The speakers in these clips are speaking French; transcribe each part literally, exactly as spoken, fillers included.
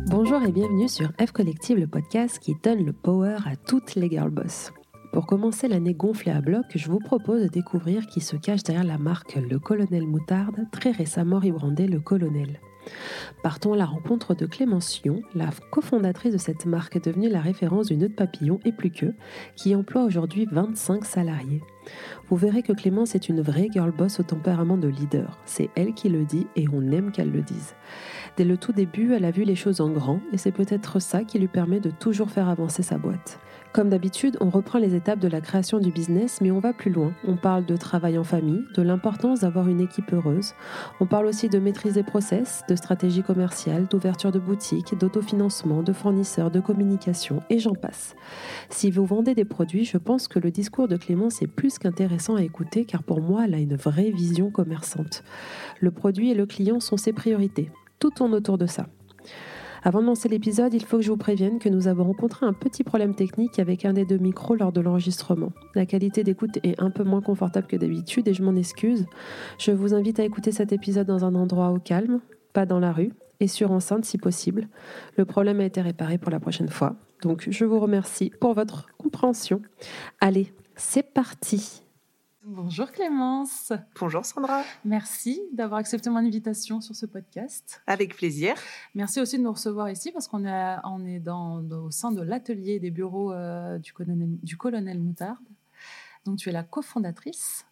Bonjour et bienvenue sur F Collective, le podcast qui donne le power à toutes les girl boss. Pour commencer l'année gonflée à bloc, je vous propose de découvrir qui se cache derrière la marque Le Colonel Moutarde, très récemment rebrandée Le Colonel. Partons à la rencontre de Clémence Sion, la cofondatrice de cette marque devenue la référence du nœud de papillon et plus que, qui emploie aujourd'hui vingt-cinq salariés. Vous verrez que Clémence est une vraie girl boss au tempérament de leader. C'est elle qui le dit et on aime qu'elle le dise. Dès le tout début, elle a vu les choses en grand et c'est peut-être ça qui lui permet de toujours faire avancer sa boîte. Comme d'habitude, on reprend les étapes de la création du business, mais on va plus loin. On parle de travail en famille, de l'importance d'avoir une équipe heureuse. On parle aussi de maîtrise des process, de stratégie commerciale, d'ouverture de boutique, d'autofinancement, de fournisseurs, de communication, et j'en passe. Si vous vendez des produits, je pense que le discours de Clémence est plus qu'intéressant à écouter, car pour moi, elle a une vraie vision commerçante. Le produit et le client sont ses priorités. Tout tourne autour de ça. Avant de lancer l'épisode, il faut que je vous prévienne que nous avons rencontré un petit problème technique avec un des deux micros lors de l'enregistrement. La qualité d'écoute est un peu moins confortable que d'habitude et je m'en excuse. Je vous invite à écouter cet épisode dans un endroit au calme, pas dans la rue, et sur enceinte si possible. Le problème a été réparé pour la prochaine fois. Donc je vous remercie pour votre compréhension. Allez, c'est parti! Bonjour Clémence. Bonjour Sandra. Merci d'avoir accepté mon invitation sur ce podcast. Avec plaisir. Merci aussi de nous recevoir ici parce qu'on est, on est dans, dans, au sein de l'atelier des bureaux euh, du, colonel, du Colonel Moutarde. Donc tu es la cofondatrice.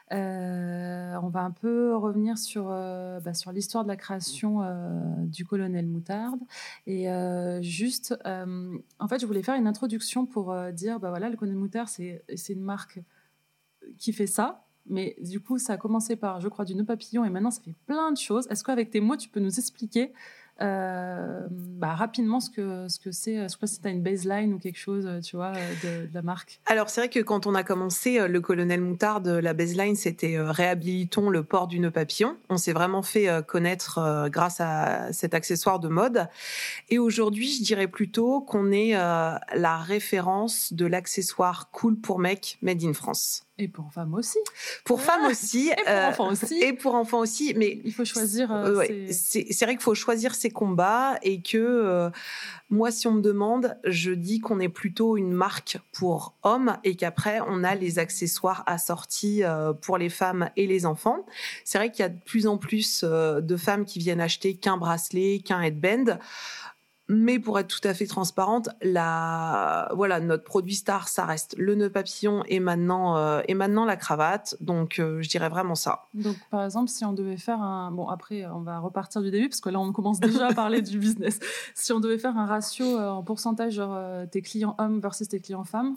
Euh, on va un peu revenir sur, euh, bah, sur l'histoire de la création euh, du Colonel Moutarde. Et euh, juste, euh, en fait, je voulais faire une introduction pour euh, dire, bah voilà, le Colonel Moutarde, c'est, c'est une marque qui fait ça, mais du coup, ça a commencé par, je crois, du nœud papillon, et maintenant, ça fait plein de choses. Est-ce qu'avec tes mots, tu peux nous expliquer euh, bah, rapidement ce que, ce que c'est? Je ne sais pas si tu as une baseline ou quelque chose, tu vois, de, de la marque. Alors, c'est vrai que quand on a commencé le Colonel Moutarde, la baseline, c'était euh, réhabilitons le port du nœud papillon. On s'est vraiment fait euh, connaître euh, grâce à cet accessoire de mode. Et aujourd'hui, je dirais plutôt qu'on est euh, la référence de l'accessoire cool pour mec made in France. Et pour femmes aussi. Pour femmes aussi. Et pour euh, enfants aussi. Et pour enfants aussi. Mais il faut choisir. Euh, ouais, c'est... c'est vrai qu'il faut choisir ses combats et que euh, moi, si on me demande, je dis qu'on est plutôt une marque pour hommes et qu'après, on a les accessoires assortis euh, pour les femmes et les enfants. C'est vrai qu'il y a de plus en plus euh, de femmes qui viennent acheter qu'un bracelet, qu'un headband. Mais pour être tout à fait transparente, la, voilà, notre produit star, ça reste le nœud papillon et maintenant, euh, et maintenant la cravate. Donc, euh, je dirais vraiment ça. Donc, par exemple, si on devait faire un... Bon, après, on va repartir du début parce que là, on commence déjà à parler du business. Si on devait faire un ratio euh, en pourcentage, genre euh, tes clients hommes versus tes clients femmes?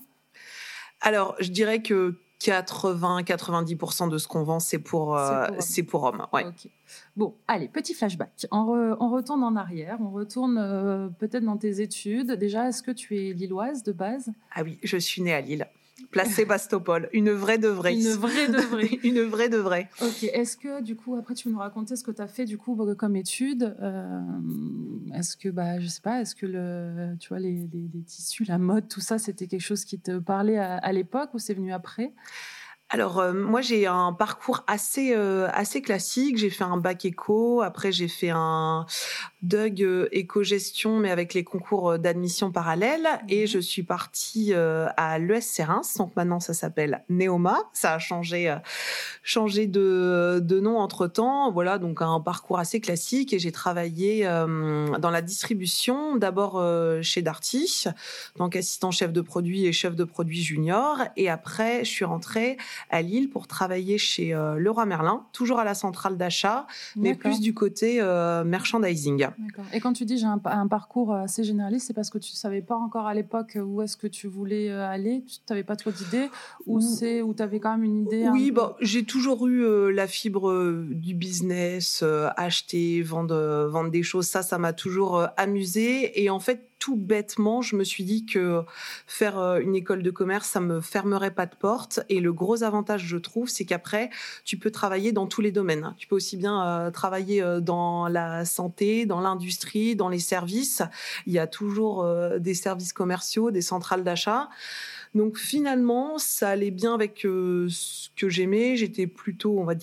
Alors, je dirais que quatre-vingts à quatre-vingt-dix pour cent de ce qu'on vend, c'est pour, euh, c'est pour, c'est pour hommes. Ouais. Okay. Bon, allez, petit flashback. On, re, on retourne en arrière, on retourne euh, peut-être dans tes études. Déjà, est-ce que tu es lilloise de base? Ah oui, je suis née à Lille. Place Sébastopol, une vraie de vraie. Une vraie de vraie. Une vraie de vraie. Ok, est-ce que du coup, après tu veux nous raconter ce que tu as fait du coup comme étude euh, est-ce que, bah, je sais pas, est-ce que le, tu vois, les, les, les tissus, la mode, tout ça, c'était quelque chose qui te parlait à, à l'époque ou c'est venu après? Alors, euh, moi, j'ai un parcours assez, euh, assez classique. J'ai fait un bac éco. Après, j'ai fait un D U G euh, éco-gestion, mais avec les concours d'admission parallèles. Mmh. Et je suis partie euh, à l'E S C Reims. Donc, maintenant, ça s'appelle Neoma. Ça a changé, euh, changé de, de nom entre-temps. Voilà, donc un parcours assez classique. Et j'ai travaillé euh, dans la distribution, d'abord euh, chez Darty, donc assistant chef de produit et chef de produit junior. Et après, je suis rentrée à Lille pour travailler chez euh, Leroy Merlin, toujours à la centrale d'achat, mais plus du côté euh, merchandising. D'accord. Et quand tu dis j'ai un, un parcours assez généraliste, c'est parce que tu ne savais pas encore à l'époque où est-ce que tu voulais aller, tu n'avais pas trop d'idées, ou c'est où tu avais quand même une idée? Oui, bon, j'ai toujours eu euh, la fibre euh, du business, euh, acheter, vendre, vendre des choses, ça, ça m'a toujours euh, amusée. Et en fait, tout bêtement, je me suis dit que faire une école de commerce, ça me fermerait pas de porte. Et le gros avantage, je trouve, c'est qu'après, tu peux travailler dans tous les domaines. Tu peux aussi bien euh, travailler euh, dans la santé, dans l'industrie, dans les services. Il y a toujours euh, des services commerciaux, des centrales d'achat. Donc finalement, ça allait bien avec euh, ce que j'aimais. J'étais plutôt, on va dire,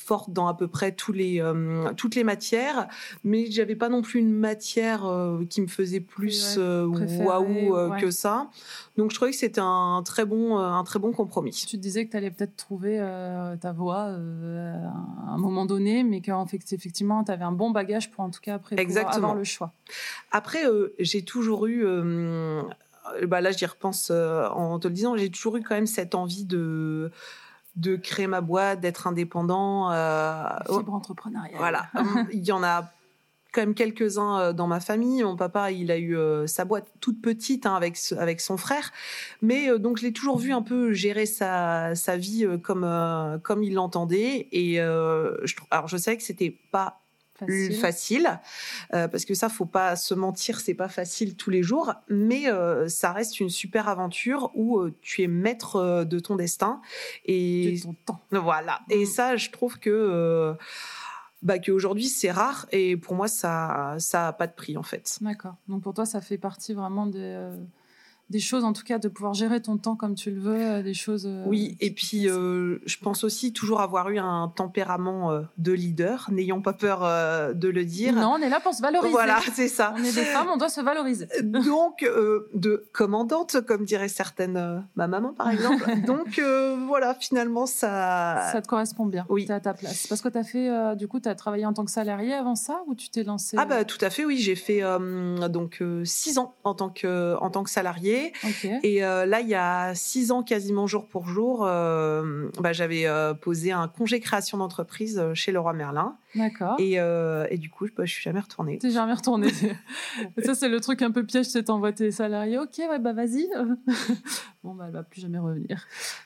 forte dans à peu près tous les, euh, toutes les matières, mais j'avais pas non plus une matière euh, qui me faisait plus euh, waouh euh, ouais. que ça. Donc je trouvais que c'était un très bon, un très bon compromis. Tu te disais que tu allais peut-être trouver euh, ta voie euh, à un moment donné, mais qu'effectivement tu avais un bon bagage pour en tout cas après pouvoir avoir le choix. Après, euh, j'ai toujours eu, euh, bah là j'y repense euh, en te le disant, j'ai toujours eu quand même cette envie de de créer ma boîte, d'être indépendant. Euh, Fibre entrepreneuriale. Voilà, il y en a quand même quelques-uns dans ma famille. Mon papa, il a eu euh, sa boîte toute petite hein, avec avec son frère, mais euh, donc je l'ai toujours vu un peu gérer sa sa vie euh, comme euh, comme il l'entendait. Et euh, je, alors je savais que c'était pas facile, facile euh, parce que ça, faut pas se mentir, c'est pas facile tous les jours, mais euh, ça reste une super aventure où euh, tu es maître euh, de ton destin et de ton temps. Voilà. Mmh. Et ça, je trouve que euh, bah, qu'aujourd'hui c'est rare et pour moi ça ça a pas de prix en fait. D'accord. Donc pour toi, ça fait partie vraiment des euh... des choses, en tout cas, de pouvoir gérer ton temps comme tu le veux, des choses... Euh, oui, et puis euh, je pense aussi toujours avoir eu un tempérament euh, de leader, n'ayant pas peur euh, de le dire. Non, on est là pour se valoriser. Voilà, c'est ça. On est des femmes, on doit se valoriser. Donc, euh, de commandante, comme dirait certaines, euh, ma maman par exemple. Donc, euh, voilà, finalement, ça... Ça te correspond bien, oui. Tu es à ta place. Parce que tu as fait, euh, du coup, tu as travaillé en tant que salarié avant ça, ou tu t'es lancée... Ah bah tout à fait, oui, j'ai fait euh, donc euh, six ans en tant que, en tant que salarié. Okay. Et euh, là, il y a six ans, quasiment jour pour jour, euh, bah, j'avais euh, posé un congé création d'entreprise chez Leroy Merlin. D'accord. Et, euh, et du coup, bah, je suis jamais retournée. T'es jamais retournée. Ça, c'est le truc un peu piège, c'est t'envoies tes salariés. Ok, ouais, bah vas-y. Bon, bah elle va plus jamais revenir.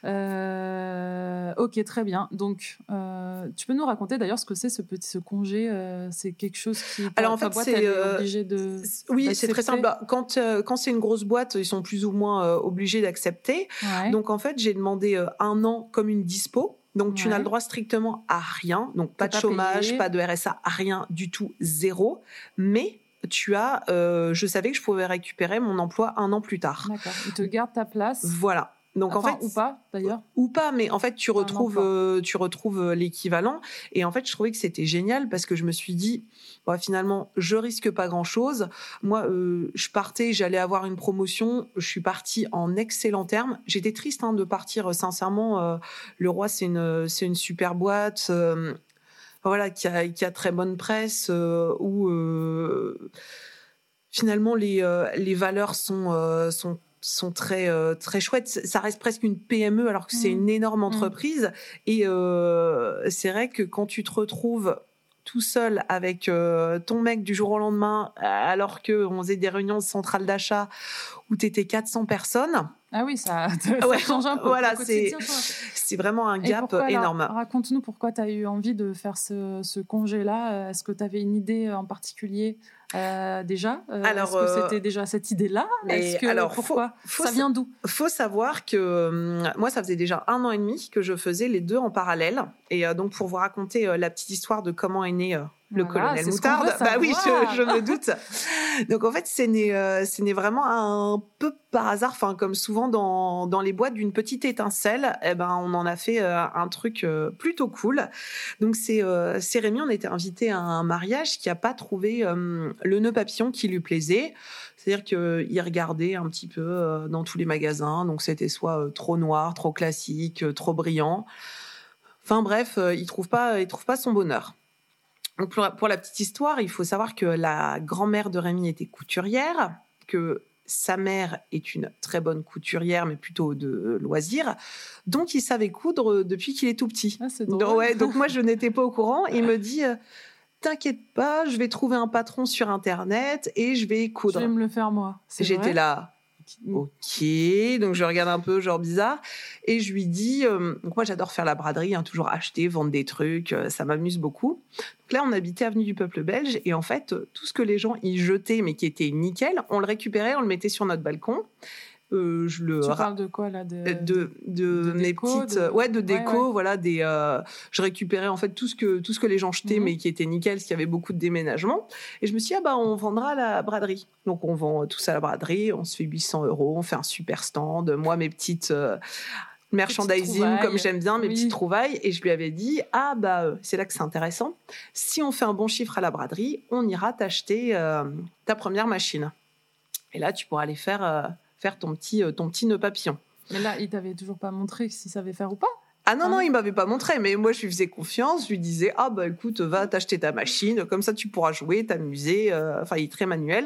Euh... Ok, très bien. Donc, euh, tu peux nous raconter d'ailleurs ce que c'est ce petit ce congé euh, C'est quelque chose qui. Alors en fait, boîte, c'est euh, obligé de. Oui, c'est très simple. Quand euh, quand c'est une grosse boîte, ils sont plus ou moins euh, obligés d'accepter. Ouais. Donc en fait, j'ai demandé euh, un an comme une dispo. Donc, ouais. Tu n'as le droit strictement à rien. Donc, pas de chômage, payé. Pas de R S A, rien du tout, zéro. Mais tu as, euh, je savais que je pouvais récupérer mon emploi un an plus tard. D'accord. Ils te gardent ta place. Voilà. Donc enfin, en fait, ou pas d'ailleurs, ou pas, mais en fait tu retrouves, euh, tu retrouves l'équivalent. Et en fait, je trouvais que c'était génial parce que je me suis dit, bah, finalement, je risque pas grand chose. Moi, euh, je partais, j'allais avoir une promotion. Je suis partie en excellents termes. J'étais triste hein, de partir. Sincèrement, euh, Leroy, c'est une, c'est une super boîte. Euh, voilà, qui a, qui a très bonne presse. Euh, où euh, finalement les, euh, les valeurs sont, euh, sont sont très euh, très chouettes. Ça reste presque une P M E alors que c'est mmh. une énorme entreprise. Mmh. Et euh, c'est vrai que quand tu te retrouves tout seul avec euh, ton mec du jour au lendemain, alors que on faisait des réunions de centrale d'achat où t'étais quatre cents personnes. Ah oui, ça, ça ouais, change un peu. Voilà, c'est, c'est vraiment un gap pourquoi, énorme. Alors, raconte-nous pourquoi tu as eu envie de faire ce, ce congé-là. Est-ce que tu avais une idée en particulier euh, déjà euh, alors, Est-ce que c'était déjà cette idée-là Est-ce que, alors, pourquoi faut, faut Ça vient d'où Il faut savoir que euh, moi, ça faisait déjà un an et demi que je faisais les deux en parallèle. Et euh, donc, pour vous raconter euh, la petite histoire de comment est né... Euh, le voilà, colonel Moutarde, bah oui, je, je me doute. Donc en fait, c'est né, euh, c'est né vraiment un peu par hasard, enfin comme souvent dans dans les boîtes d'une petite étincelle. Eh ben, on en a fait euh, un truc euh, plutôt cool. Donc c'est euh, c'est Rémi, on était invité à un mariage qui a pas trouvé euh, le nœud papillon qui lui plaisait. C'est-à-dire qu'il regardait un petit peu euh, dans tous les magasins. Donc c'était soit euh, trop noir, trop classique, euh, trop brillant. Enfin bref, euh, il trouve pas, il trouve pas son bonheur. Donc pour la petite histoire, il faut savoir que la grand-mère de Rémi était couturière, que sa mère est une très bonne couturière, mais plutôt de loisirs. Donc, il savait coudre depuis qu'il est tout petit. Ah, c'est drôle. Donc, ouais, donc moi, je n'étais pas au courant. Il me dit... Euh, T'inquiète pas, je vais trouver un patron sur Internet et je vais coudre. Je vais me le faire moi. C'est J'étais vrai là... Ok, donc je regarde un peu, genre bizarre, et je lui dis, euh, donc moi j'adore faire la braderie, hein, toujours acheter, vendre des trucs, euh, ça m'amuse beaucoup. Donc là on habitait avenue du Peuple Belge, et en fait tout ce que les gens y jetaient, mais qui était nickel, on le récupérait, on le mettait sur notre balcon. Euh, je le tu ra- parles de quoi là de, de, de, de mes déco, petites de... ouais de déco ouais, ouais. voilà des euh, je récupérais en fait tout ce que tout ce que les gens jetaient mm-hmm. mais qui était nickel parce qu'il y avait beaucoup de déménagements et je me suis dit ah bah on vendra à la braderie, donc on vend tout ça à la braderie, on se fait huit cents euros, on fait un super stand, moi mes petites euh, merchandising, comme j'aime bien, mes oui. petites trouvailles. Et je lui avais dit, ah bah, euh, c'est là que c'est intéressant. Si on fait un bon chiffre à la braderie, on ira t'acheter euh, ta première machine. Et là, tu pourras aller faire, euh, faire ton, petit, euh, ton petit nœud papillon. Mais là, il t'avait toujours pas montré s'il savait faire ou pas? Ah non, hein non, il m'avait pas montré, mais moi, je lui faisais confiance. Je lui disais, ah bah écoute, va t'acheter ta machine, comme ça, tu pourras jouer, t'amuser. Euh, enfin, il est très manuel.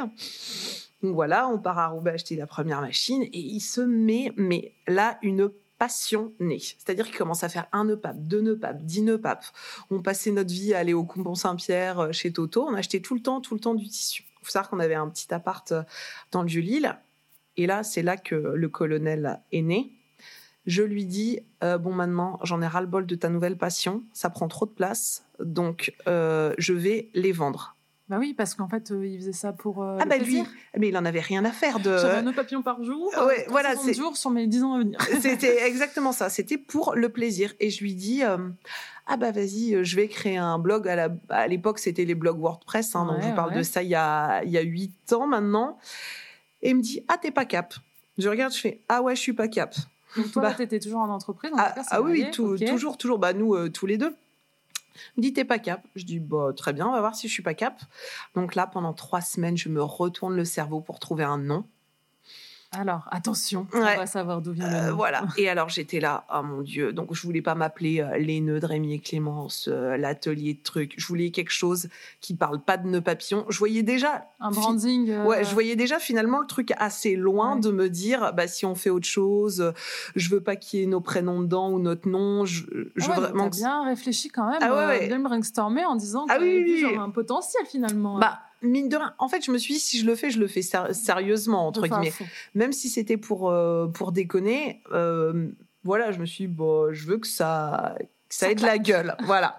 Donc voilà, on part à Roubaix acheter la première machine et il se met, mais là, une passionné. C'est-à-dire qu'il commence à faire un nœud pape, deux nœuds pape, dix nœuds pape. On passait notre vie à aller au Combon Saint-Pierre chez Toto. On achetait tout le temps, tout le temps du tissu. Il faut savoir qu'on avait un petit appart dans le Vieux-Lille. Et là, c'est là que le colonel est né. Je lui dis, euh, bon, maintenant, j'en ai ras-le-bol de ta nouvelle passion. Ça prend trop de place. Donc, euh, je vais les vendre. Bah oui, parce qu'en fait, euh, il faisait ça pour euh, ah le bah plaisir. lui, mais il en avait rien à faire de. J'avais un nœud papillon par jour. Ouais, voilà, c'est jours sur mes dix ans à venir. C'était exactement ça. C'était pour le plaisir. Et je lui dis, euh, ah bah vas-y, je vais créer un blog. À, la... à l'époque, c'était les blogs WordPress. Hein, ouais, donc je vous parle ouais. de ça il y a il y a huit ans maintenant. Et il me dit, ah t'es pas cap. Je regarde, je fais, ah ouais, je suis pas cap. Donc toi, bah, tu étais toujours en entreprise. En ah, cas, ah oui, varié, tout, okay. toujours, toujours. Bah nous, euh, tous les deux. Il me dit, t'es pas cap. Je dis, bah, très bien, on va voir si je suis pas cap. Donc là, pendant trois semaines, je me retourne le cerveau pour trouver un nom. Alors, attention, ouais. on va savoir d'où vient le nom. Euh, voilà. Et alors, j'étais là, oh mon Dieu. Donc, je voulais pas m'appeler euh, les nœuds de Rémi et Clémence, euh, l'atelier de trucs. Je voulais quelque chose qui parle pas de nœuds papillons. Je voyais déjà... Un branding... Euh... Ouais, je voyais déjà finalement le truc assez loin ouais. de me dire, bah, si on fait autre chose, je veux pas qu'il y ait nos prénoms dedans ou notre nom. Je, je ah ouais, veux vraiment... T'as bien réfléchi quand même, ah ouais, ouais. euh, bien brainstormer en disant ah que oui, oui, oui. genre un potentiel finalement. Bah, mine de rien, en fait, je me suis dit, si je le fais, je le fais ser- sérieusement, entre enfin, guillemets. fou. Même si c'était pour, euh, pour déconner, euh, voilà, je me suis dit, bon, je veux que ça, que ça, ça ait de la gueule. Voilà.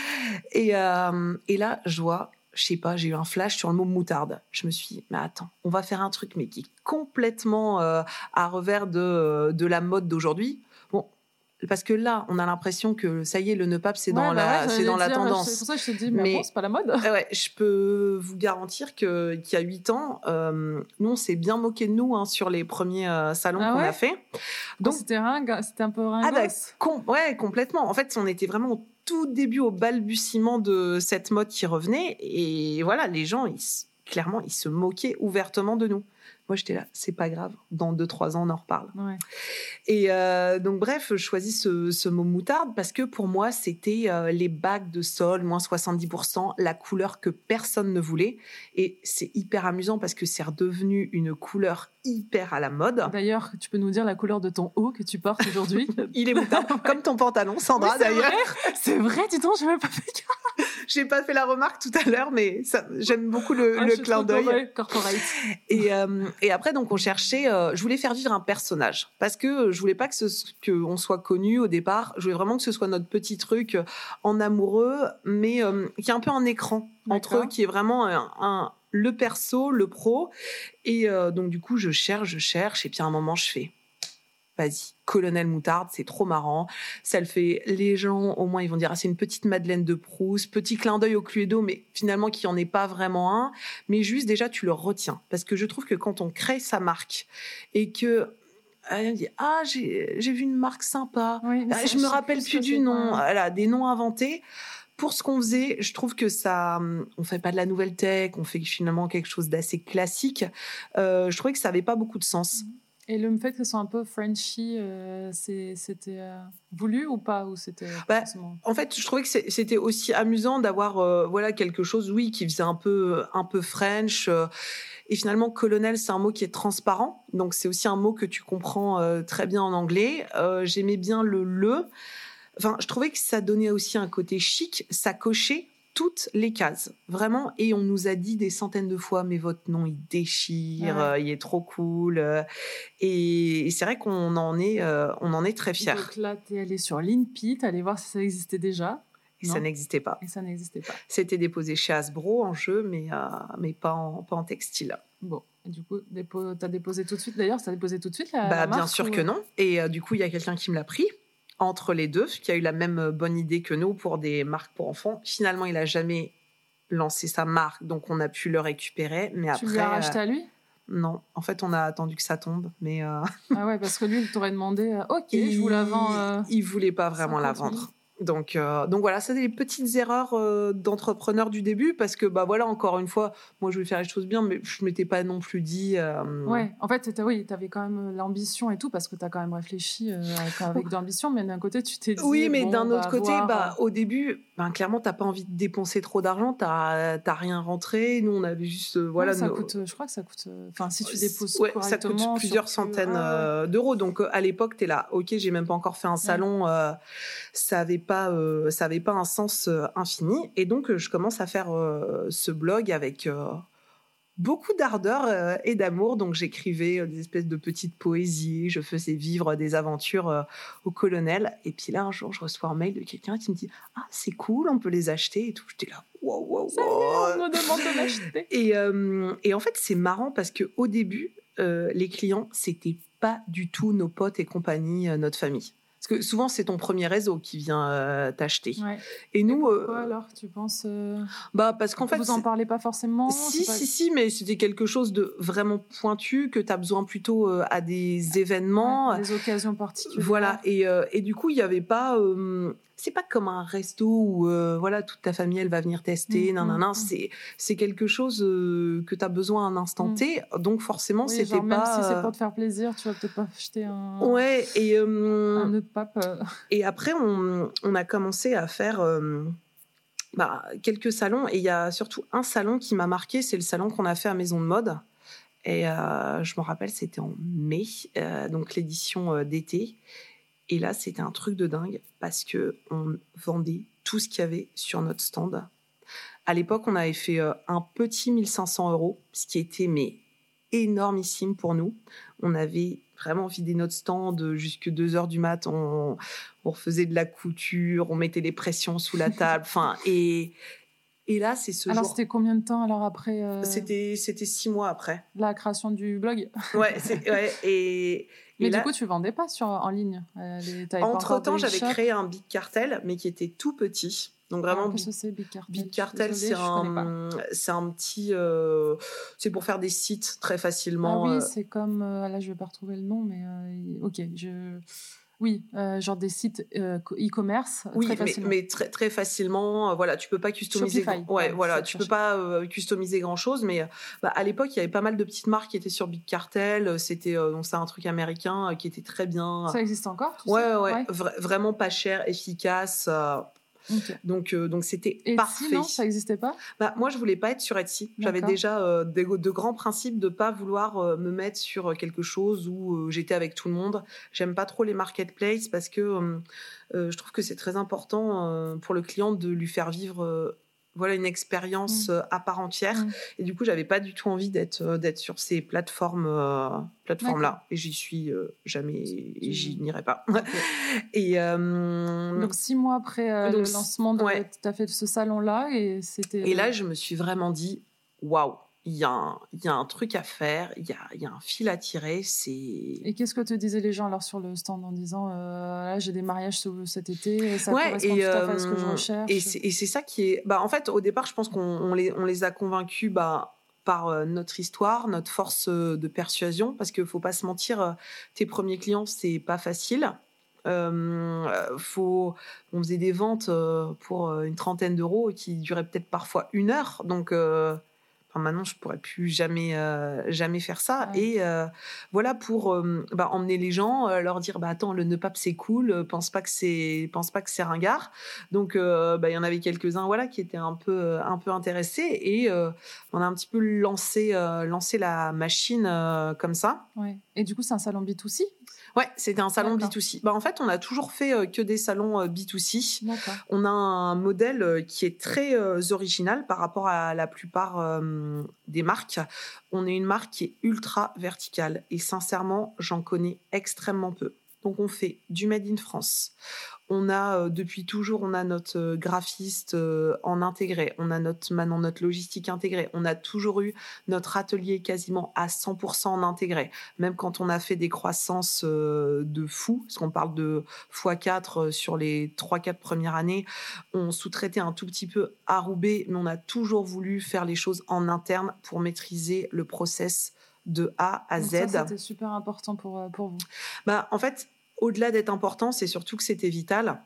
Et, euh, et là, je vois, je sais pas, j'ai eu un flash sur le mot moutarde. Je me suis dit, mais attends, on va faire un truc, mais qui est complètement euh, à revers de, de la mode d'aujourd'hui. Bon, parce que là, on a l'impression que ça y est, le nœud pape, c'est ouais, dans, bah la, ouais, c'est dans la dire, tendance. C'est pour ça que je t'ai dit, mais, mais bon, c'est pas la mode. Ouais, je peux vous garantir que, qu'il y a huit ans, euh, nous, on s'est bien moqué de nous hein, sur les premiers euh, salons ah qu'on ouais a fait. Donc, oh, c'était, ring... c'était un peu ringos. Ah bah, com- ouais, complètement. En fait, on était vraiment au tout début, au balbutiement de cette mode qui revenait. Et voilà, les gens, ils, clairement, ils se moquaient ouvertement de nous. Moi, j'étais là, c'est pas grave. Dans deux, trois ans, on en reparle. Ouais. Et euh, donc, bref, je choisis ce, ce mot moutarde parce que pour moi, c'était euh, les bagues de sol, moins soixante-dix pour cent, la couleur que personne ne voulait. Et c'est hyper amusant parce que c'est redevenu une couleur hyper à la mode. D'ailleurs, tu peux nous dire la couleur de ton haut que tu portes aujourd'hui? Il est moutarde, comme ton pantalon, Sandra, oui, d'ailleurs. Vrai. C'est vrai, dis donc, j'ai même pas fait gaffe. J'ai pas fait la remarque tout à l'heure, mais ça, j'aime beaucoup le, ah, le clin d'œil. Corporate. Et, euh, et après, donc, on cherchait... Euh, je voulais faire vivre un personnage. Parce que je voulais pas que ce, qu'on soit connu au départ. Je voulais vraiment que ce soit notre petit truc en amoureux, mais euh, qui est un peu un écran entre eux, qui est vraiment un... un le perso, le pro. Et euh, donc, du coup, je cherche, je cherche. Et puis, à un moment, je fais... Vas-y, Colonel Moutarde, c'est trop marrant. Ça le fait. Les gens, au moins, ils vont dire, ah, c'est une petite Madeleine de Proust, petit clin d'œil au Cluedo, mais finalement, qui en est pas vraiment un. Mais juste, déjà, tu le retiens. Parce que je trouve que quand on crée sa marque et que, elle dit, ah, j'ai, j'ai vu une marque sympa. Oui, ah, je me rappelle plus du nom. Voilà, des noms inventés. Pour ce qu'on faisait, je trouve que ça, on fait pas de la nouvelle tech, on fait finalement quelque chose d'assez classique. Euh, je trouvais que ça avait pas beaucoup de sens. Mmh. Et le fait que ce soit un peu Frenchy, euh, c'est, c'était euh, voulu ou pas ou c'était bah, en fait, je trouvais que c'était aussi amusant d'avoir euh, voilà, quelque chose, oui, qui faisait un peu, un peu French. Euh, et finalement, colonel, c'est un mot qui est transparent. Donc, c'est aussi un mot que tu comprends euh, très bien en anglais. Euh, j'aimais bien le « le ». Enfin, je trouvais que ça donnait aussi un côté chic. Ça cochait toutes les cases, vraiment. Et on nous a dit des centaines de fois, mais votre nom, il déchire, ouais. euh, il est trop cool. Euh, et, et c'est vrai qu'on en est, euh, on en est très fiers. Donc là, t'es allée sur l'INPI, t'es allée voir si ça existait déjà. Et non. ça n'existait pas. Et ça n'existait pas. C'était déposé chez Hasbro en jeu, mais, euh, mais pas, en, pas en textile. Bon, et du coup, dépo- t'as déposé tout de suite, d'ailleurs, t'as déposé tout de suite la, bah, la marque bien sûr ou... que non. Et euh, du coup, il y a quelqu'un qui me l'a pris. Entre les deux, qui a eu la même bonne idée que nous pour des marques pour enfants. Finalement, il n'a jamais lancé sa marque, donc on a pu le récupérer. Mais tu après, lui as racheté euh... à lui? non. En fait, on a attendu que ça tombe, mais... Euh... Ah ouais, parce que lui, il t'aurait demandé, euh, ok, il, je vous la vends... Euh, il voulait pas vraiment la vendre. Donc, euh, donc voilà, c'est des petites erreurs euh, d'entrepreneur du début parce que, bah voilà, encore une fois, moi je voulais faire les choses bien, mais je ne m'étais pas non plus dit. Euh... Ouais, en fait, oui, tu avais quand même l'ambition et tout parce que tu as quand même réfléchi euh, avec de l'ambition, mais d'un côté, tu t'es dit. Oui, mais bon, d'un autre côté, voir... bah, au début, bah, clairement, tu n'as pas envie de dépenser trop d'argent, tu n'as rien rentré. Nous, on avait juste. Euh, voilà, ouais, ça nos... coûte, je crois que ça coûte. Enfin, si tu déposes ouais, correctement. Ça coûte plusieurs centaines plus... ah, ouais. d'euros. Donc, euh, à l'époque, tu es là, ok, j'ai même pas encore fait un salon. Ouais. Euh, ça n'avait pas, euh, ça avait pas un sens euh, infini. Et donc, euh, je commence à faire euh, ce blog avec euh, beaucoup d'ardeur euh, et d'amour. Donc, j'écrivais euh, des espèces de petites poésies. Je faisais vivre des aventures euh, au colonel. Et puis là, un jour, je reçois un mail de quelqu'un qui me dit « Ah, c'est cool, on peut les acheter. » Et tout. J'étais là « Wow, wow, wow. » Ça y est, on me demande de l'acheter. Et, euh, et en fait, c'est marrant parce qu'au début, euh, les clients, c'était pas du tout nos potes et compagnie, euh, notre famille. Parce que souvent, c'est ton premier réseau qui vient euh, t'acheter. Ouais. Et nous, et pourquoi euh, alors, tu penses euh... Bah parce qu'en fait, vous en parlez pas forcément. Si, pas... si, si, mais c'était quelque chose de vraiment pointu que tu as besoin plutôt euh, à des événements, ouais, des occasions particulières. Voilà. Et, euh, et du coup, il y avait pas. Euh, c'est pas comme un resto où euh, voilà toute ta famille elle va venir tester. Mmh, non, non, non. Mmh. C'est c'est quelque chose euh, que tu as besoin à un instant mmh. T. Donc forcément, oui, c'était genre, pas. Même si c'est pour te faire plaisir, tu vas peut-être pas acheter un. Ouais. Et euh, un nœud de pape. Et après, on on a commencé à faire. Euh, Bah, quelques salons, et il y a surtout un salon qui m'a marqué, c'est le salon qu'on a fait à Maison de Mode. Et euh, je me rappelle, c'était en mai, euh, donc l'édition euh, d'été. Et là, c'était un truc de dingue parce que on vendait tout ce qu'il y avait sur notre stand. À l'époque, on avait fait euh, un petit mille cinq cents euros, ce qui était mais énormissime pour nous. On avait vraiment vidé notre stand jusqu'à deux heures du mat. On, on faisait de la couture, on mettait les pressions sous la table. Enfin, et, et là, c'est ce alors, jour... c'était combien de temps alors après euh... C'était, c'était six mois après. La création du blog. Ouais, c'est, ouais et... Mais et du là, coup, tu vendais pas sur, en ligne euh, les, entre-temps, j'avais créé un Big Cartel, mais qui était tout petit. Donc vraiment, ah, qu'est-ce que c'est Big Cartel Big Cartel, Désolée, c'est, un, c'est un petit... Euh, c'est pour faire des sites très facilement. Ah oui, euh... c'est comme... Euh, là, je vais pas retrouver le nom, mais... Euh, ok, je... Oui, euh, genre des sites euh, e-commerce oui, très mais, facilement. mais très, très facilement. Euh, voilà, tu peux pas customiser. Shopify, grand... ouais, ouais, voilà, tu peux pas euh, customiser grand chose. Mais bah, à l'époque, il y avait pas mal de petites marques qui étaient sur Big Cartel. C'était euh, donc c'est un truc américain euh, qui était très bien. Ça existe encore tout ouais, ça ouais, ouais, vra- vraiment pas cher, efficace. Euh... Okay. Donc, euh, donc c'était Etsy, parfait. Non, ça n'existait pas. Bah, moi, je voulais pas être sur Etsy. D'accord. J'avais déjà euh, de, de grands principes de pas vouloir euh, me mettre sur quelque chose où euh, j'étais avec tout le monde. J'aime pas trop les marketplaces parce que euh, euh, je trouve que c'est très important euh, pour le client de lui faire vivre euh, voilà une expérience mmh. euh, à part entière. Mmh. Et du coup, j'avais pas du tout envie d'être euh, d'être sur ces plateformes euh, plateformes là. D'accord. Et j'y suis euh, jamais et j'y n'irai pas. Okay. Et euh, donc six mois après euh, donc, le lancement, de, ouais. tu as fait ce salon là et c'était. Et là, je me suis vraiment dit waouh. Il y, a un, il y a un truc à faire, il y a, il y a un fil à tirer. C'est... Et qu'est-ce que te disaient les gens alors sur le stand en disant euh, là, j'ai des mariages cet été, et ça ouais, correspond et, tout à fait euh, à ce que je recherche. Et c'est, et c'est ça qui est. Bah, en fait, au départ, je pense qu'on on les, on les a convaincus bah, par euh, notre histoire, notre force euh, de persuasion, parce qu'il ne faut pas se mentir, euh, tes premiers clients, c'est pas facile. Euh, faut, on faisait des ventes euh, pour une trentaine d'euros qui duraient peut-être parfois une heure. Donc. Euh, Maintenant, je pourrais plus jamais, euh, jamais faire ça. Ouais. Et euh, voilà pour euh, bah, emmener les gens, euh, leur dire bah attends, le nœud pape c'est cool, euh, pense pas que c'est, pense pas que c'est ringard. Donc euh, bah il y en avait quelques-uns voilà qui étaient un peu, un peu intéressés et euh, on a un petit peu lancé, euh, lancé la machine euh, comme ça. Ouais. Et du coup, c'est un salon B deux C. Ouais, c'était un salon D'accord. B deux C. Bah, en fait, on a toujours fait euh, que des salons euh, B deux C. D'accord. On a un modèle euh, qui est très euh, original par rapport à la plupart euh, des marques. On est une marque qui est ultra verticale et sincèrement, j'en connais extrêmement peu. Donc, on fait du Made in France. On a, euh, depuis toujours, on a notre euh, graphiste euh, en intégré. On a notre, maintenant notre logistique intégrée. On a toujours eu notre atelier quasiment à cent pour cent en intégré. Même quand on a fait des croissances euh, de fou, parce qu'on parle de fois quatre sur les trois quatre premières années, on sous-traitait un tout petit peu à Roubaix, mais on a toujours voulu faire les choses en interne pour maîtriser le process de A à Donc Z. ça, c'était super important pour, pour vous. Bah, en fait, au-delà d'être important, c'est surtout que c'était vital.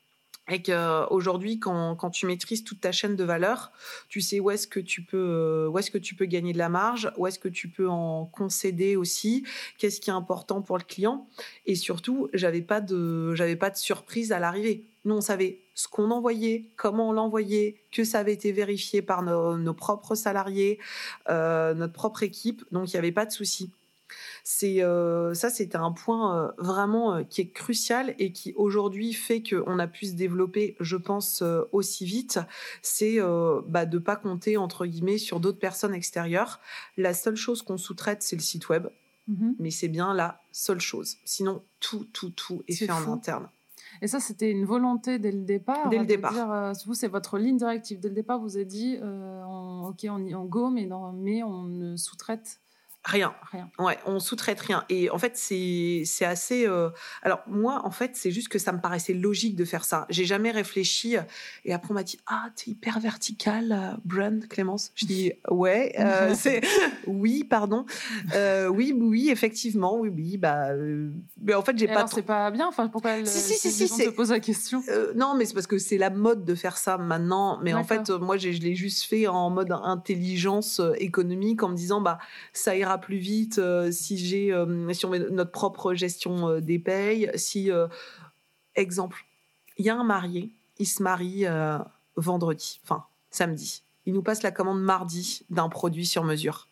Et qu'aujourd'hui, quand, quand tu maîtrises toute ta chaîne de valeur, tu sais où est-ce que tu peux, où est-ce que tu peux gagner de la marge, où est-ce que tu peux en concéder aussi, qu'est-ce qui est important pour le client. Et surtout, j'avais pas de, j'avais pas de surprise à l'arrivée. Nous, on savait ce qu'on envoyait, comment on l'envoyait, que ça avait été vérifié par nos, nos propres salariés, euh, notre propre équipe. Donc, il n'y avait pas de souci. C'est euh, ça, c'était un point euh, vraiment euh, qui est crucial et qui aujourd'hui fait qu'on a pu se développer, je pense, euh, aussi vite. C'est euh, bah, de pas compter entre guillemets sur d'autres personnes extérieures. La seule chose qu'on sous-traite, c'est le site web, mm-hmm. mais c'est bien la seule chose. Sinon, tout, tout, tout est, c'est fait fou. En interne. Et ça, c'était une volonté dès le départ. Dès le départ. Dire, euh, vous, c'est votre ligne directive. Dès le départ, vous avez dit, euh, on, ok, on, y, on go, mais, dans, mais on ne sous-traite Rien. Rien. Ouais, on sous-traite rien. Et en fait, c'est, c'est assez... Euh... Alors, moi, en fait, c'est juste que ça me paraissait logique de faire ça. J'ai jamais réfléchi. Et après, on m'a dit, ah, t'es hyper vertical, euh, brand, Clémence. Je dis, ouais, euh, c'est... Oui, pardon. Euh, oui, oui, effectivement, oui, oui. Bah, euh... Mais en fait, j'ai et pas... alors, trop... c'est pas bien. Enfin, pourquoi si, si, si, les si, gens c'est... te posent la question euh, Non, mais c'est parce que c'est la mode de faire ça maintenant. Mais D'accord. en fait, moi, j'ai, je l'ai juste fait en mode intelligence économique en me disant, bah, ça ira plus vite euh, si j'ai euh, si on met notre propre gestion euh, des payes. Si euh, exemple, il y a un marié, il se marie euh, vendredi, enfin samedi. Il nous passe la commande mardi d'un produit sur mesure.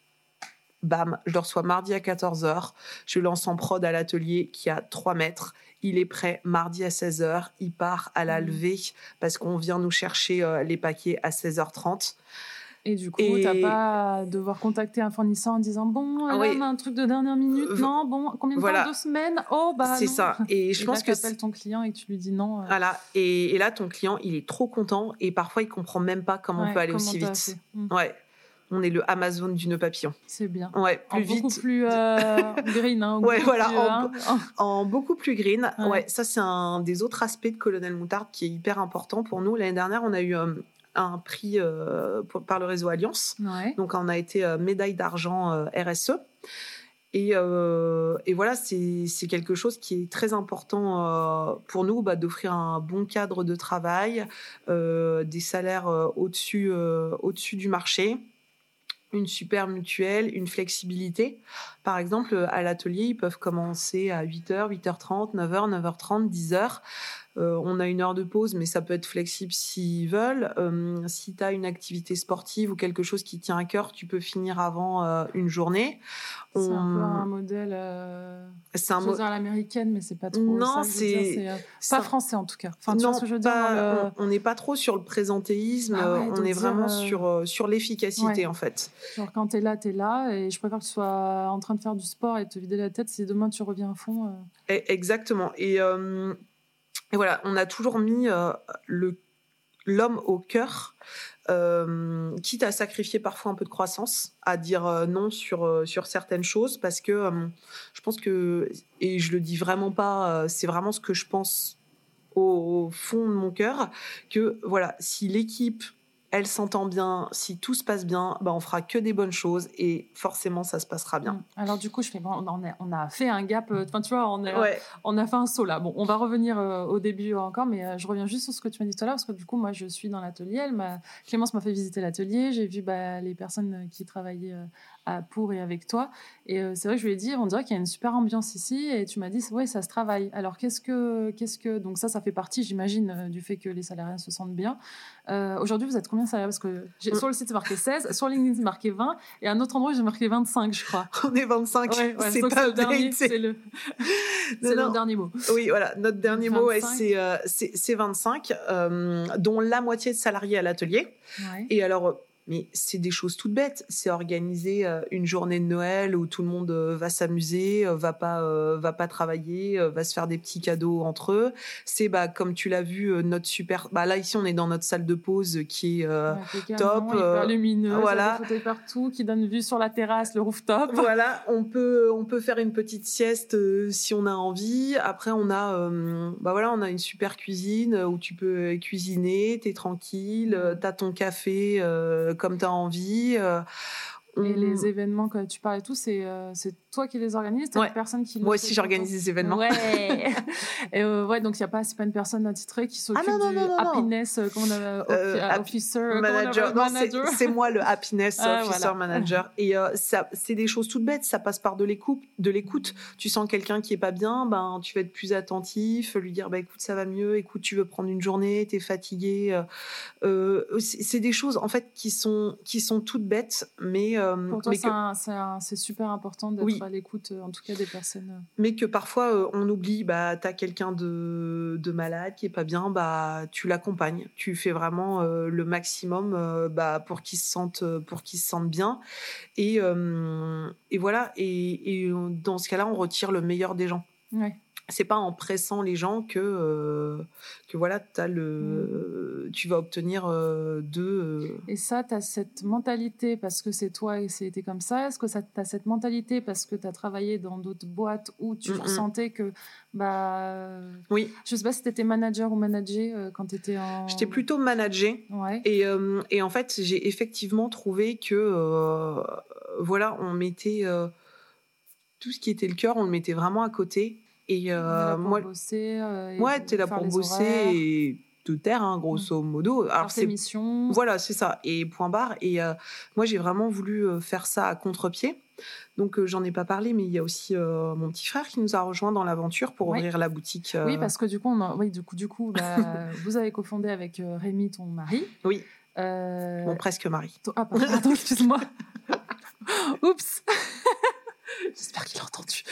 Bam, je le reçois mardi à quatorze heures. Je lance en prod à l'atelier qui a trois mètres. Il est prêt mardi à seize heures. Il part à la levée parce qu'on vient nous chercher euh, les paquets à seize heures trente. Et du coup, et... t'as pas à devoir contacter un fournisseur en disant bon, là, oui. on a un truc de dernière minute, euh, non, bon, combien de voilà. temps, deux semaines, oh bah c'est non. ça. Et je et pense là, que t'appelles ton client et que tu lui dis non. Euh... Voilà. Et, et là, ton client, il est trop content et parfois il comprend même pas comment ouais, on peut aller comment aussi vite. Mmh. Ouais. On est le Amazon du nœud papillon. C'est bien. Ouais, plus en vite. Beaucoup plus euh, green. Hein, ouais, voilà. Plus, en, hein. en beaucoup plus green. Ouais. ouais, ça c'est un des autres aspects de Colonel Moutarde qui est hyper important pour nous. L'année dernière, on a eu euh, un prix euh, pour, par le réseau Alliance. Ouais. Donc on a été euh, médaille d'argent euh, R S E. Et, euh, et voilà, c'est, c'est quelque chose qui est très important euh, pour nous, bah, d'offrir un bon cadre de travail, euh, des salaires euh, au-dessus, euh, au-dessus du marché, une super mutuelle, une flexibilité. Par exemple, à l'atelier, ils peuvent commencer à huit heures, huit heures trente, neuf heures, neuf heures trente, dix heures. Euh, on a une heure de pause, mais ça peut être flexible s'ils veulent. Euh, si tu as une activité sportive ou quelque chose qui tient à cœur, tu peux finir avant euh, une journée. C'est on... un peu un modèle euh... c'est un mo... à l'américaine, mais c'est pas trop non, ça. C'est... C'est, euh, c'est pas français en tout cas. Enfin, tu non, vois ce que je veux pas... dire le... On n'est pas trop sur le présentéisme, ah ouais, on est vraiment euh... sur, sur l'efficacité ouais. en fait. Genre quand t'es là, t'es là, et je préfère que tu sois en train de faire du sport et te vider la tête si demain tu reviens à fond. Euh... Et exactement. Et... Euh... Et voilà, on a toujours mis euh, le, l'homme au cœur, euh, quitte à sacrifier parfois un peu de croissance, à dire euh, non sur, euh, sur certaines choses, parce que euh, je pense que, et je le dis vraiment pas, euh, c'est vraiment ce que je pense au, au fond de mon cœur, que voilà, si l'équipe, elle s'entend bien, si tout se passe bien, bah on fera que des bonnes choses et forcément ça se passera bien. Alors du coup, je fais bon, on a, on a fait un gap. Enfin, tu vois, on, est, ouais. on a fait un saut là. Bon, on va revenir euh, au début encore, mais euh, je reviens juste sur ce que tu m'as dit tout à l'heure parce que du coup, moi, je suis dans l'atelier. Elle m'a, Clémence m'a fait visiter l'atelier. J'ai vu bah, les personnes qui travaillaient euh, à, pour et avec toi. Et euh, c'est vrai que je lui ai dit, on dirait qu'il y a une super ambiance ici. Et tu m'as dit, ouais, ça se travaille. Alors qu'est-ce que, qu'est-ce que, donc ça, ça fait partie, j'imagine, euh, du fait que les salariés se sentent bien. Euh, aujourd'hui, vous êtes combien de salariés? Parce que j'ai, sur le site, c'est marqué seize, sur LinkedIn, c'est marqué vingt, et à un autre endroit, j'ai marqué vingt-cinq, je crois. On est vingt-cinq, ouais, ouais, c'est pas pas le dernier, c'est, c'est le, c'est le dernier mot. Oui, voilà, notre dernier mot, ouais, c'est, euh, c'est, c'est vingt-cinq, euh, dont la moitié de salariés à l'atelier. Ouais. Et alors, mais c'est des choses toutes bêtes. C'est organiser euh, une journée de Noël où tout le monde euh, va s'amuser, euh, va pas, euh, va pas travailler, euh, va se faire des petits cadeaux entre eux. C'est, bah, comme tu l'as vu, euh, notre super. Bah là ici, on est dans notre salle de pause qui est euh, ouais, top, hyper euh, lumineux, voilà, des fauteuils partout, qui donne vue sur la terrasse, le rooftop. Voilà, on peut, on peut faire une petite sieste euh, si on a envie. Après, on a, euh, bah voilà, on a une super cuisine où tu peux cuisiner, t'es tranquille, mmh. t'as ton café. Euh, comme tu as envie. Euh, Et les événements que tu parles et tout, c'est, euh, c'est toi qui les organises, t'as ouais. une personne qui... Moi aussi, j'organise des événements. Ouais. Et euh, ouais, donc y a pas, c'est pas une personne attitrée qui s'occupe ah, non, non, du non, non, happiness, euh, comment on a, euh, officer, manager. Comment on a, non, manager. C'est, c'est moi le happiness ah, officer voilà. manager. Et euh, ça, c'est des choses toutes bêtes. Ça passe par de l'écoute. De l'écoute. Tu sens quelqu'un qui est pas bien, ben tu vas être plus attentif, lui dire bah écoute ça va mieux, écoute tu veux prendre une journée, t'es fatigué. Euh, c'est, c'est des choses en fait qui sont qui sont toutes bêtes, mais euh, pour toi mais c'est, que... un, c'est, un, c'est super important d'être oui. à l'écoute, en tout cas des personnes. Mais que parfois euh, on oublie, bah t'as quelqu'un de de malade qui est pas bien, bah tu l'accompagnes, tu fais vraiment euh, le maximum euh, bah pour qu'il se sente pour qu'il se sente bien et euh, et voilà et, et dans ce cas-là on retire le meilleur des gens. Ouais. C'est pas en pressant les gens que euh, que voilà t'as le mmh. tu vas obtenir euh, de euh... et ça t'as cette mentalité parce que c'est toi et c'était comme ça, est-ce que ça t'as cette mentalité parce que t'as travaillé dans d'autres boîtes où tu mmh. ressentais que bah oui je sais pas si t'étais manager ou manager euh, quand t'étais en j'étais plutôt manager ouais. et euh, et en fait j'ai effectivement trouvé que euh, voilà on mettait euh, tout ce qui était le cœur on le mettait vraiment à côté. Et euh, pour moi, bosser, euh, ouais, t'es là pour bosser horaires. et te taire, hein, grosso modo. Alors c'est mission. Voilà, c'est ça. Et point barre. Et euh, moi, j'ai vraiment voulu faire ça à contre-pied. Donc, euh, j'en ai pas parlé, mais il y a aussi euh, mon petit frère qui nous a rejoint dans l'aventure pour oui. ouvrir la boutique. Euh... Oui, parce que du coup, on a... oui, du coup, du coup, bah, vous avez cofondé avec euh, Rémi, ton mari. Oui. Euh... Mon presque mari. Ah, pardon, pardon excuse-moi. Oups. J'espère qu'il a entendu.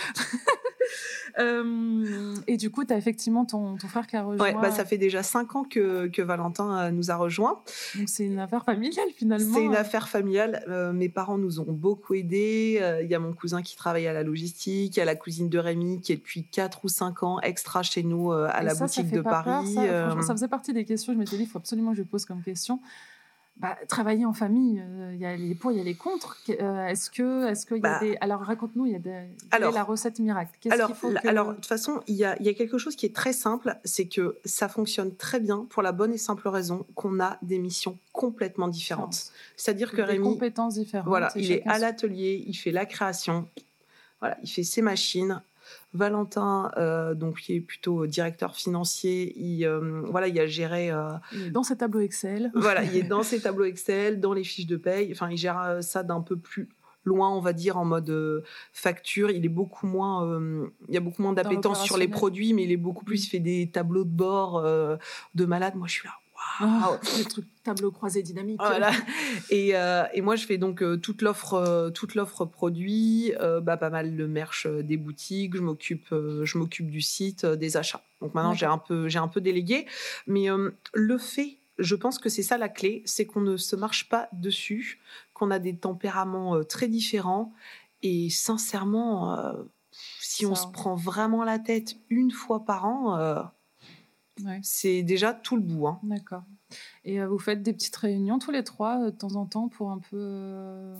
euh, et du coup, tu as effectivement ton, ton frère qui a rejoint. Ouais, bah, ça fait déjà cinq ans que, que Valentin nous a rejoints. Donc, c'est une affaire familiale finalement. C'est une affaire familiale. Euh, mes parents nous ont beaucoup aidés. Il euh, y a mon cousin qui travaille à la logistique. Il y a la cousine de Rémi qui est depuis quatre ou cinq ans extra chez nous euh, à et la ça, boutique ça de Paris. Peur, ça, euh... ça faisait partie des questions. Je m'étais dit, il faut absolument que je pose comme question. Bah, travailler en famille, il euh, y a les pour, il y a les contre. Euh, est-ce que, est-ce qu'il y a bah, des... Alors, raconte-nous, il y a des... Quelle est la recette miracle? Qu'est-ce alors, qu'il faut que... alors, de toute façon, il y a, y a quelque chose qui est très simple, c'est que ça fonctionne très bien pour la bonne et simple raison qu'on a des missions complètement différentes. Différence. C'est-à-dire que des Rémi... Des compétences différentes. Voilà, il est à l'atelier, il fait la création, voilà, il fait ses machines. Valentin, euh, donc qui est plutôt directeur financier, il, euh, voilà, il a géré. Euh, il est dans ses tableaux Excel. Voilà, il est dans ses tableaux Excel, dans les fiches de paye. Enfin, il gère ça d'un peu plus loin, on va dire, en mode euh, facture. Il est beaucoup moins, euh, il y a beaucoup moins d'appétence sur les produits, mais il est beaucoup plus, il fait des tableaux de bord euh, de malade. Moi, je suis là. Wow. Oh, le truc tableau croisé dynamique. Voilà. Et, euh, et moi, je fais donc euh, toute l'offre, euh, toute l'offre produit, euh, bah, pas mal le merch euh, des boutiques. Je m'occupe, euh, je m'occupe du site, euh, des achats. Donc maintenant, j'ai un peu, j'ai un peu délégué. Mais euh, le fait, je pense que c'est ça la clé, c'est qu'on ne se marche pas dessus, qu'on a des tempéraments euh, très différents. Et sincèrement, euh, si ça, on se prend vraiment la tête une fois par an. Euh, Ouais. C'est déjà tout le bout. Hein. D'accord. Et euh, vous faites des petites réunions tous les trois euh, de temps en temps pour un peu, euh,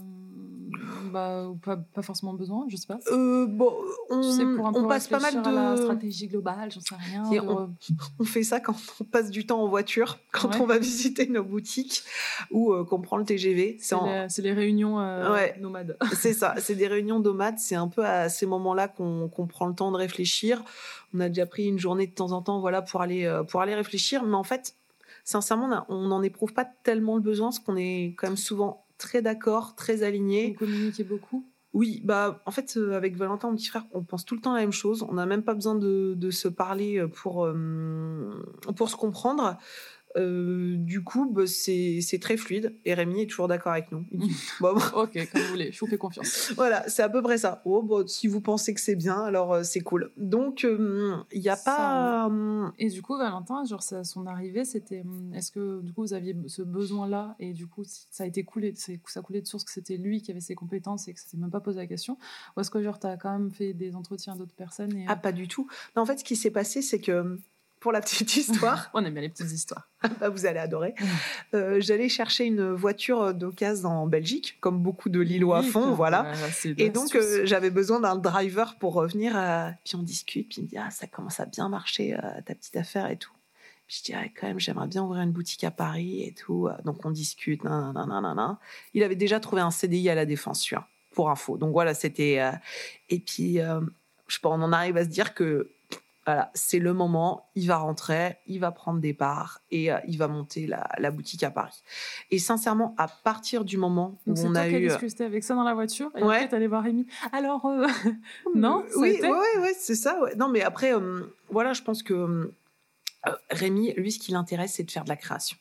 bah, pas, pas forcément besoin, je sais pas. Euh, bon, on, tu sais, pour un on peu passe pas mal de à la stratégie globale, j'en sais rien. De... On, on fait ça quand on passe du temps en voiture, quand ouais. on va visiter nos boutiques ou euh, qu'on prend le T G V. C'est, c'est, en... les, c'est les réunions euh, ouais. nomades. C'est ça, c'est des réunions nomades. C'est un peu à ces moments-là qu'on, qu'on prend le temps de réfléchir. On a déjà pris une journée de temps en temps, voilà, pour aller euh, pour aller réfléchir. Mais en fait, sincèrement, on n'en éprouve pas tellement le besoin, parce qu'on est quand même souvent très d'accord, très alignés. Vous communiquez beaucoup? Oui, bah en fait, euh, avec Valentin, mon petit frère, on pense tout le temps la même chose. On n'a même pas besoin de, de se parler pour, euh, pour se comprendre. Euh, du coup, bah, c'est, c'est très fluide. Et Rémi est toujours d'accord avec nous. Il dit, bah, bah. Ok, comme vous voulez, je vous fais confiance. Voilà, c'est à peu près ça. Oh, bah, si vous pensez que c'est bien, alors euh, c'est cool. Donc, il euh, n'y a ça, pas... Euh... Et du coup, Valentin, genre, ça, son arrivée, c'était... Est-ce que, du coup, vous aviez ce besoin-là et du coup, ça a été coulé, ça coulait de source que c'était lui qui avait ses compétences et que ça ne s'est même pas posé la question? Ou est-ce que, genre, tu as quand même fait des entretiens d'autres personnes et... Ah, pas du tout. Non, en fait, ce qui s'est passé, c'est que... Pour la petite histoire. On aime bien les petites histoires. Bah, vous allez adorer. Euh, j'allais chercher une voiture d'occasion en Belgique, comme beaucoup de Lillois font, oui, voilà. Ouais, et donc, euh, j'avais besoin d'un driver pour revenir. Euh, puis on discute, puis il me dit, ah, ça commence à bien marcher, euh, ta petite affaire et tout. Je dis, ah, quand même, j'aimerais bien ouvrir une boutique à Paris et tout. Donc, on discute. Nan, nan, nan, nan, nan. Il avait déjà trouvé un C D I à la Défense, tu vois, pour info. Donc, voilà, c'était... Euh... Et puis, euh, je sais pas, on en arrive à se dire que voilà, c'est le moment, il va rentrer, il va prendre des parts et euh, il va monter la, la boutique à Paris. Et sincèrement, à partir du moment où Donc c'est on toi a qui eu... as discuté avec ça dans la voiture et Ouais. après t'allais voir Rémi. Alors, euh... non, ça Oui, a été ouais, ouais, ouais, c'est ça. Ouais. Non, mais après, euh, voilà, je pense que euh, Rémi, lui, ce qui l'intéresse, c'est de faire de la création.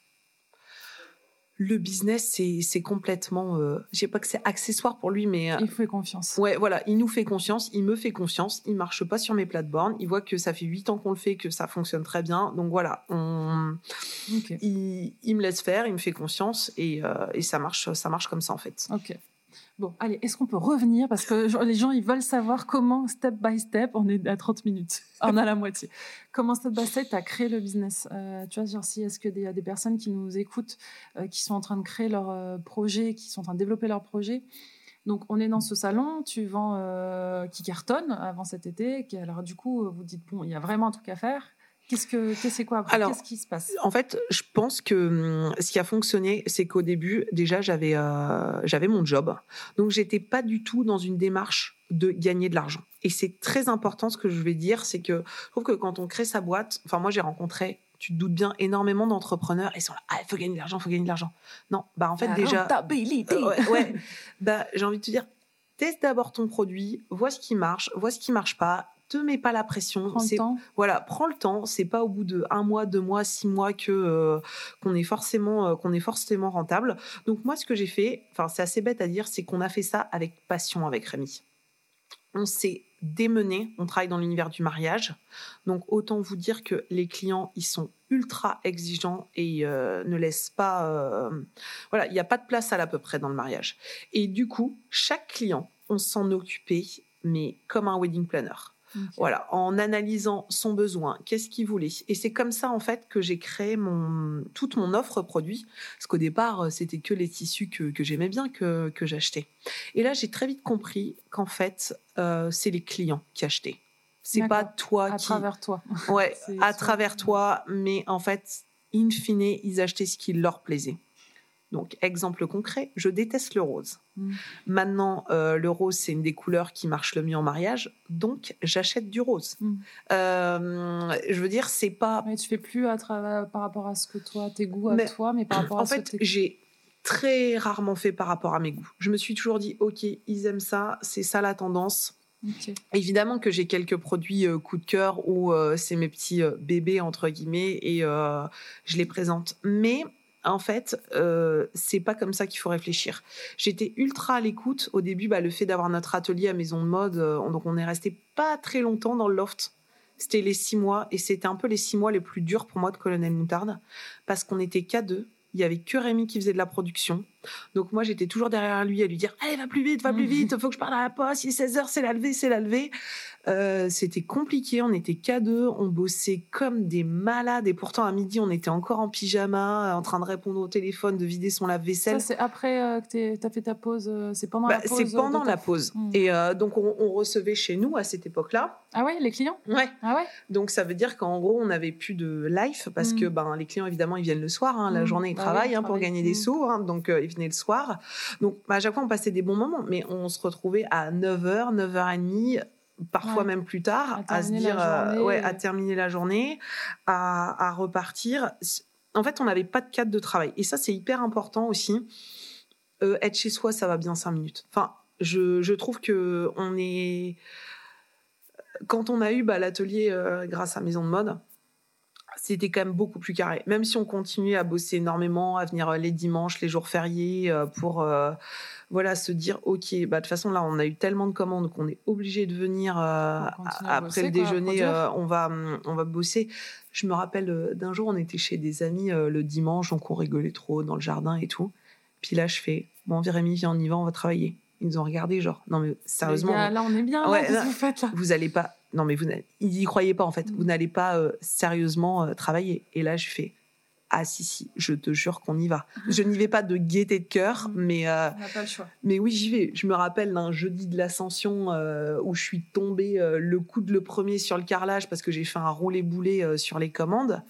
Le business, c'est, c'est complètement... Euh, je sais pas que c'est accessoire pour lui, mais... Euh, il fait confiance. Ouais, voilà, il nous fait confiance, il me fait confiance, il marche pas sur mes plates-bornes, il voit que ça fait huit ans qu'on le fait, que ça fonctionne très bien. Donc voilà, on... okay. il, il me laisse faire, il me fait confiance et, euh, et ça, marche, ça marche comme ça, en fait. Ok. Bon, allez, est-ce qu'on peut revenir? Parce que genre, les gens, ils veulent savoir comment, step by step, on est à trente minutes, on a la moitié. Comment, step by step, tu as créé le business? euh, Tu vois, genre, si est-ce qu'il y a des personnes qui nous écoutent, euh, qui sont en train de créer leur euh, projet, qui sont en train de développer leur projet. Donc, on est dans ce salon, tu vends, euh, qui cartonne avant cet été. Qui, alors, du coup, vous dites, bon, il y a vraiment un truc à faire. Qu'est-ce que, qu'est-ce que c'est quoi après? Alors, qu'est-ce qui se passe? En fait, je pense que hum, ce qui a fonctionné, c'est qu'au début, déjà, j'avais, euh, j'avais mon job. Donc, j'étais pas du tout dans une démarche de gagner de l'argent. Et c'est très important, ce que je vais dire, c'est que je trouve que quand on crée sa boîte, enfin, moi, j'ai rencontré, tu te doutes bien, énormément d'entrepreneurs et ils sont là, ah, il faut gagner de l'argent, il faut gagner de l'argent. Non, bah, en fait, La déjà. Rentabilité. Euh, ouais, ouais. Bah, j'ai envie de te dire, teste d'abord ton produit, vois ce qui marche, vois ce qui marche pas. Te mets pas la pression. Prends c'est, le temps. Voilà, prends le temps. C'est pas au bout de un mois, deux mois, six mois que euh, qu'on est forcément euh, qu'on est forcément rentable. Donc moi, ce que j'ai fait, enfin c'est assez bête à dire, c'est qu'on a fait ça avec passion avec Rémi. On s'est démené. On travaille dans l'univers du mariage, donc autant vous dire que les clients ils sont ultra exigeants et euh, ne laissent pas. Euh, voilà, il y a pas de place à l'à peu près dans le mariage. Et du coup, chaque client, on s'en occupait, mais comme un wedding planner. Okay. Voilà, en analysant son besoin, qu'est-ce qu'il voulait. Et c'est comme ça, en fait, que j'ai créé mon, toute mon offre produit. Parce qu'au départ, c'était que les tissus que, que j'aimais bien, que, que j'achetais. Et là, j'ai très vite compris qu'en fait, euh, c'est les clients qui achetaient. C'est D'accord. Pas toi à qui... À travers toi. Ouais, à travers toi, mais en fait, in fine, ils achetaient ce qui leur plaisait. Donc, exemple concret, je déteste le rose. Mmh. Maintenant, euh, le rose, c'est une des couleurs qui marche le mieux en mariage, donc j'achète du rose. Mmh. Euh, je veux dire, c'est pas... Mais tu fais plus à travers, par rapport à ce que toi, tes goûts à mais, toi, mais par rapport en à fait, ce que t'es... j'ai très rarement fait par rapport à mes goûts. Je me suis toujours dit, ok, ils aiment ça, c'est ça la tendance. Okay. Évidemment que j'ai quelques produits euh, coup de cœur où euh, c'est mes petits euh, bébés, entre guillemets, et euh, je les présente. Mais... En fait, euh, c'est pas comme ça qu'il faut réfléchir. J'étais ultra à l'écoute. Au début, bah, le fait d'avoir notre atelier à Maison de Mode, euh, donc on est resté pas très longtemps dans le loft. C'était les six mois, et c'était un peu les six mois les plus durs pour moi de Colonel Moutarde, parce qu'on était qu'à deux. Il y avait que Rémi qui faisait de la production. Donc moi, j'étais toujours derrière lui à lui dire « Allez, va plus vite, va plus vite, faut que je parte à la poste, il est seize heures, c'est la levée, c'est la levée. » Euh, c'était compliqué, on était qu'à deux, on bossait comme des malades et pourtant à midi on était encore en pyjama, en train de répondre au téléphone, de vider son lave-vaisselle. Ça c'est après euh, que t'as fait ta pause, euh, c'est pendant bah, la pause. C'est pendant la pause. Mmh. Et euh, donc on, on recevait chez nous à cette époque-là. Ah ouais, les clients. Ouais. Ah ouais. Donc ça veut dire qu'en gros on n'avait plus de life parce mmh. que ben les clients évidemment ils viennent le soir, hein, la mmh. journée ils bah travaillent oui, hein, pour travaille. gagner mmh. des sous, hein, donc euh, ils venaient le soir. Donc bah, à chaque fois on passait des bons moments, mais on se retrouvait à neuf heures, neuf heures trente. Parfois ouais. même plus tard, à, à se dire, euh, ouais, à terminer la journée, à, à repartir. En fait, on n'avait pas de cadre de travail. Et ça, c'est hyper important aussi. Euh, être chez soi, ça va bien cinq minutes. Enfin, je, je trouve que on est... Quand on a eu bah, l'atelier euh, grâce à Maison de Mode, c'était quand même beaucoup plus carré. Même si on continuait à bosser énormément, à venir les dimanches, les jours fériés, euh, pour... Euh, voilà, se dire, OK, bah, de toute façon, là, on a eu tellement de commandes qu'on est obligé de venir euh, après bosser, le déjeuner, quoi, euh, on, va, on va bosser. Je me rappelle euh, d'un jour, on était chez des amis euh, le dimanche, donc on rigolait trop dans le jardin et tout. Puis là, je fais, bon, Rémi, viens, on y va, on va travailler. Ils nous ont regardé, genre, non, mais sérieusement. Gars, là, on est bien, ouais, là, qu'est-ce que vous faites, là ? Vous allez pas, non, mais vous, ils y croyaient pas, en fait. Mmh. Vous n'allez pas euh, sérieusement euh, travailler. Et là, je fais, Ah si, si, je te jure qu'on y va. Je n'y vais pas de gaieté de cœur, mais... Euh, On n'a pas le choix. Mais oui, j'y vais. Je me rappelle d'un jeudi de l'Ascension euh, où je suis tombée euh, le coude le premier sur le carrelage parce que j'ai fait un roulé-boulé euh, sur les commandes.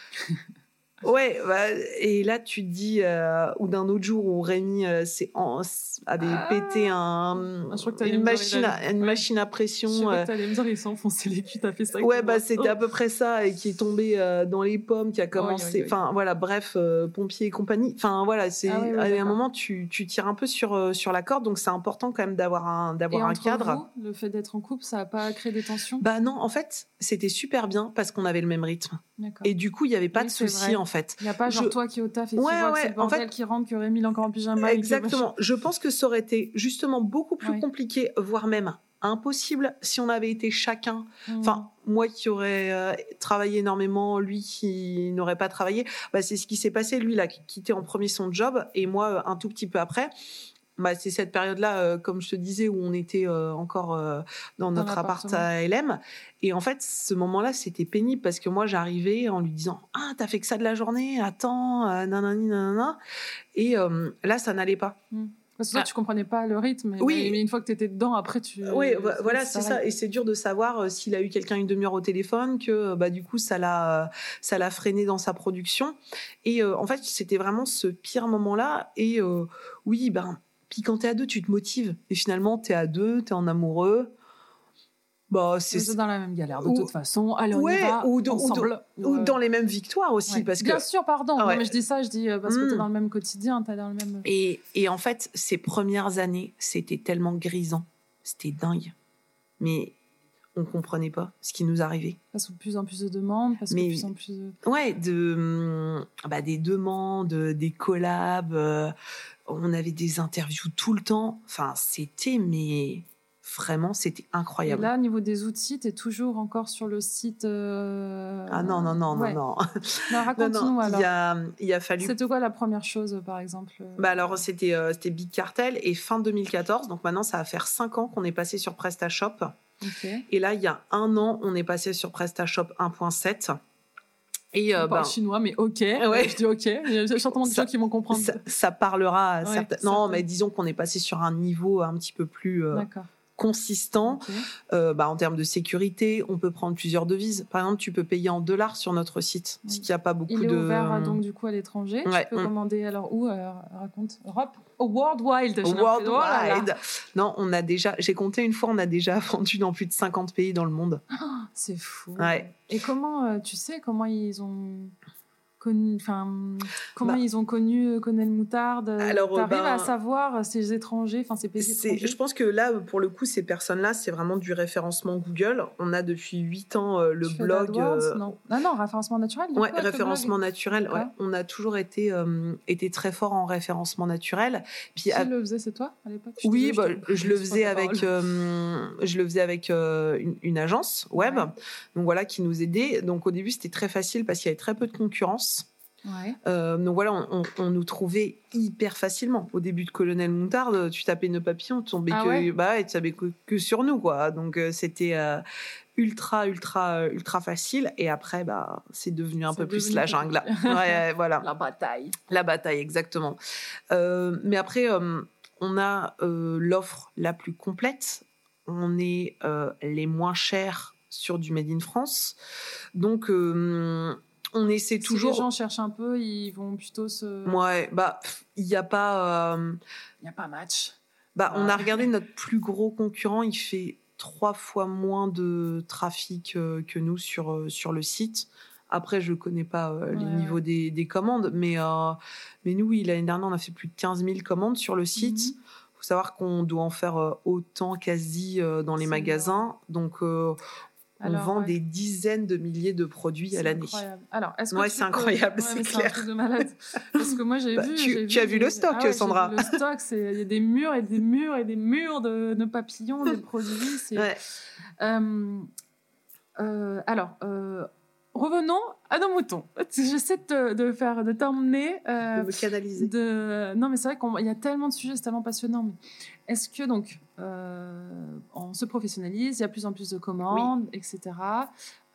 Ouais, bah, et là tu te dis, euh, ou d'un autre jour où Rémi euh, s'est en, avait ah pété un, ah, je une, machine dire, à, une ouais. machine à pression. Je sais que t'allais me dire, il s'est enfoncé les culs, t'as fait ça. Ouais, bah c'était oh. à peu près ça, et qui est tombé euh, dans les pommes, qui a commencé. Enfin voilà, bref, euh, pompiers et compagnie. Enfin voilà, c'est ah, ouais, ouais, à un moment tu, tu tires un peu sur, euh, sur la corde, donc c'est important quand même d'avoir un, d'avoir et un entre cadre. Vous, le fait d'être en couple, ça n'a pas créé des tensions? Bah non, en fait, c'était super bien parce qu'on avait le même rythme. Et du coup, il n'y avait pas oui, de souci en fait. Il n'y a pas genre je... toi qui es au taf et ouais, qui vois ouais, que c'est le bordel en fait, qui rentre, que Rémi il est encore en pyjama. Exactement. Je pense que ça aurait été justement beaucoup plus ouais. compliqué, voire même impossible si on avait été chacun. Mmh. Enfin, moi qui aurais euh, travaillé énormément, lui qui n'aurait pas travaillé. Bah, c'est ce qui s'est passé. Lui, il a quitté en premier son job et moi, un tout petit peu après. Bah, c'est cette période-là, euh, comme je te disais, où on était euh, encore euh, dans notre dans appart à L M. Et en fait, ce moment-là, c'était pénible parce que moi, j'arrivais en lui disant « Ah, t'as fait que ça de la journée, attends, euh, nanani, nanana. » Et euh, là, ça n'allait pas. Mmh. Parce que toi, ah. tu comprenais pas le rythme. Oui. Mais une fois que tu étais dedans, après, tu... Oui, voilà, c'est ça. Et c'est dur de savoir euh, s'il a eu quelqu'un une demi-heure au téléphone, que bah, du coup, ça l'a, ça l'a freiné dans sa production. Et euh, en fait, c'était vraiment ce pire moment-là. Et euh, oui, ben... Puis quand t'es à deux, tu te motives. Et finalement, t'es à deux, t'es en amoureux. Bah, c'est... c'est dans la même galère, de ou... toute façon. Allez, on ouais, y va, ou, de, ensemble. Ou, de, ou dans les mêmes victoires aussi. Ouais. Parce que... Bien sûr, pardon. Ah ouais. Non, mais je dis ça, je dis parce que mmh. t'es dans le même quotidien, t'es dans le même... Et, et en fait, ces premières années, c'était tellement grisant. C'était dingue. Mais... on comprenait pas ce qui nous arrivait. Parce que plus en plus de demandes, parce mais, que plus en plus de... Ouais, de, bah, des demandes, des collabs, euh, on avait des interviews tout le temps. Enfin, c'était, mais vraiment, c'était incroyable. Et là, au niveau des outils, t'es toujours encore sur le site... Euh... Ah non, non, non, ouais. non, non. Non, raconte-nous non, non. alors. Il a, il a fallu... C'était quoi la première chose, par exemple? Bah alors, c'était, euh, c'était Big Cartel et fin deux mille quatorze. Donc maintenant, ça va faire cinq ans qu'on est passé sur PrestaShop. Okay. Et là, il y a un an, on est passé sur PrestaShop un point sept. Et euh, on parle ben, chinois, mais ok. Ouais. Je dis ok. Il y a certainement des gens qui vont comprendre. Ça, ça parlera à ouais, certains... Non, mais disons qu'on est passé sur un niveau un petit peu plus euh, consistant. Okay. Euh, bah, en termes de sécurité, on peut prendre plusieurs devises. Par exemple, tu peux payer en dollars sur notre site, oui. ce qui n'a pas beaucoup de... Il est de... ouvert donc du coup à l'étranger. Ouais. Tu peux mm. commander alors où euh, raconte Europe. Oh, Worldwide. Worldwide. Oh là là. Non, on a déjà. J'ai compté une fois, on a déjà vendu dans plus de cinquante pays dans le monde. Oh, c'est fou. Ouais. Et comment, euh, tu sais, comment ils ont connu, enfin, comment bah, ils ont connu Colonel Moutarde? Alors, t'arrives ben, à savoir ces étrangers, enfin ces pays c'est, étrangers? Je pense que là, pour le coup, ces personnes-là, c'est vraiment du référencement Google. On a depuis huit ans euh, le tu blog. Fais euh... Non, ah non, référencement naturel. Ouais, coup, référencement naturel. Ouais. On a toujours été euh, été très fort en référencement naturel. Puis qui à... le faisait, c'est toi à l'époque? Je oui, bah, je, je le faisais avec, euh, je le faisais avec euh, une, une agence web. Ouais. Donc voilà, qui nous aidait. Donc au début, c'était très facile parce qu'il y avait très peu de concurrence. Ouais. Euh, donc voilà, on, on, on nous trouvait hyper facilement. Au début de Colonel Moutarde, tu tapais nos papillons, tu tombais ah que, ouais. bah, tu savais que, que sur nous, quoi. Donc euh, c'était euh, ultra, ultra, ultra facile. Et après, bah, c'est devenu un c'est peu plus la jungle. Ouais, voilà. La bataille. La bataille, exactement. Euh, mais après, euh, on a euh, l'offre la plus complète. On est euh, les moins chers sur du Made in France. Donc euh, on essaie si toujours. Si les gens cherchent un peu, ils vont plutôt se. Ouais, bah, il n'y a pas. Il euh... n'y a pas match. Bah, ah. On a regardé notre plus gros concurrent, il fait trois fois moins de trafic euh, que nous sur, euh, sur le site. Après, je ne connais pas euh, ouais. les niveaux des, des commandes, mais, euh, mais nous, oui, l'année dernière, on a fait plus de quinze mille commandes sur le site. Il mm-hmm. faut savoir qu'on doit en faire euh, autant quasi euh, dans les C'est magasins. Bien. Donc, euh, Alors, on vend ouais. des dizaines de milliers de produits c'est à l'année. Incroyable. Alors, est-ce que ouais, tu c'est peux... incroyable, ouais, c'est c'est clair. un truc de malade. Parce que moi, j'ai bah, vu. Tu, j'ai tu vu, as vu le stock, ah ouais, Sandra? J'ai vu le stock, c'est il y a des murs et des murs et des murs de, de papillons, de produits. C'est... Ouais. Euh, euh, alors. Euh, Revenons à nos moutons. J'essaie de, de faire, de t'emmener, euh, de me canaliser. De... Non, mais c'est vrai qu'il y a tellement de sujets, c'est tellement passionnant. Mais est-ce que donc, euh, on se professionnalise, il y a de plus en plus de commandes, oui. et cetera.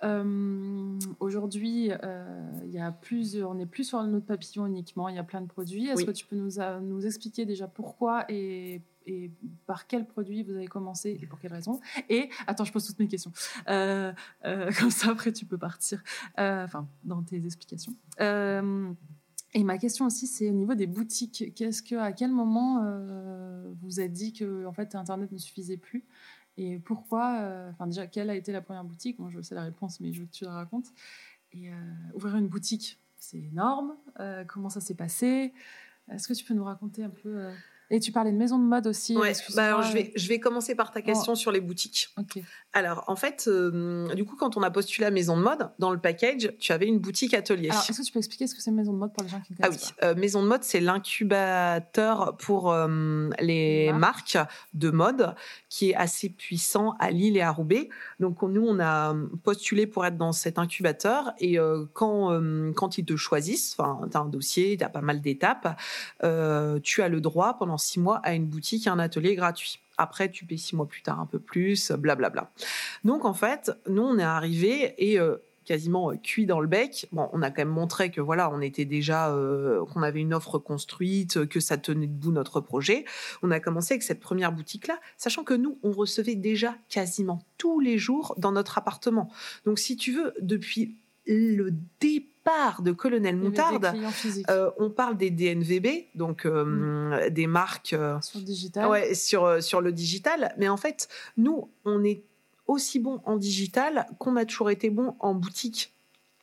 euh, aujourd'hui, euh, il y a plusieurs, on n'est plus sur notre papillon uniquement, il y a plein de produits. Est-ce Oui. que tu peux nous, a- nous expliquer déjà pourquoi et, et par quel produit vous avez commencé et pour quelle raison? Et attends, je pose toutes mes questions. Euh, euh, comme ça, après, tu peux partir. Euh, Enfin, dans tes explications. Euh, Et ma question aussi, c'est au niveau des boutiques. Qu'est-ce que, à quel moment euh, vous vous êtes dit que en fait, Internet ne suffisait plus? Et pourquoi euh, Enfin, déjà, quelle a été la première boutique? Moi, je sais la réponse, mais je veux que tu la racontes. Et euh, ouvrir une boutique, c'est énorme. Euh, comment ça s'est passé? Est-ce que tu peux nous raconter un peu euh... Et tu parlais de maison de mode aussi. Ouais, Excuse-moi. bah alors je vais, je vais commencer par ta question Oh. sur les boutiques. Ok. Alors, en fait, euh, du coup, quand on a postulé à Maison de Mode, dans le package, tu avais une boutique atelier. Alors, est-ce que tu peux expliquer ce que c'est une maison de mode pour les gens qui ne Ah connaissent oui, pas? euh, Maison de Mode, c'est l'incubateur pour euh, les Marque. marques de mode qui est assez puissant à Lille et à Roubaix. Donc, nous, on a postulé pour être dans cet incubateur et euh, quand, euh, quand ils te choisissent, enfin, tu as un dossier, tu as pas mal d'étapes, euh, tu as le droit pendant six mois à une boutique et un atelier gratuit. Après, tu payes six mois plus tard un peu plus, blablabla. Donc, en fait, nous, on est arrivés et euh, quasiment cuit dans le bec. Bon, on a quand même montré que voilà, on était déjà, euh, qu'on avait une offre construite, que ça tenait debout notre projet. On a commencé avec cette première boutique-là, sachant que nous, on recevait déjà quasiment tous les jours dans notre appartement. Donc, si tu veux, depuis le départ de Colonel Moutarde, euh, on parle des D N V B, donc euh, mmh. des marques euh, sur le digital. Ouais, sur sur le digital. Mais en fait, nous, on est aussi bon en digital qu'on a toujours été bon en boutique.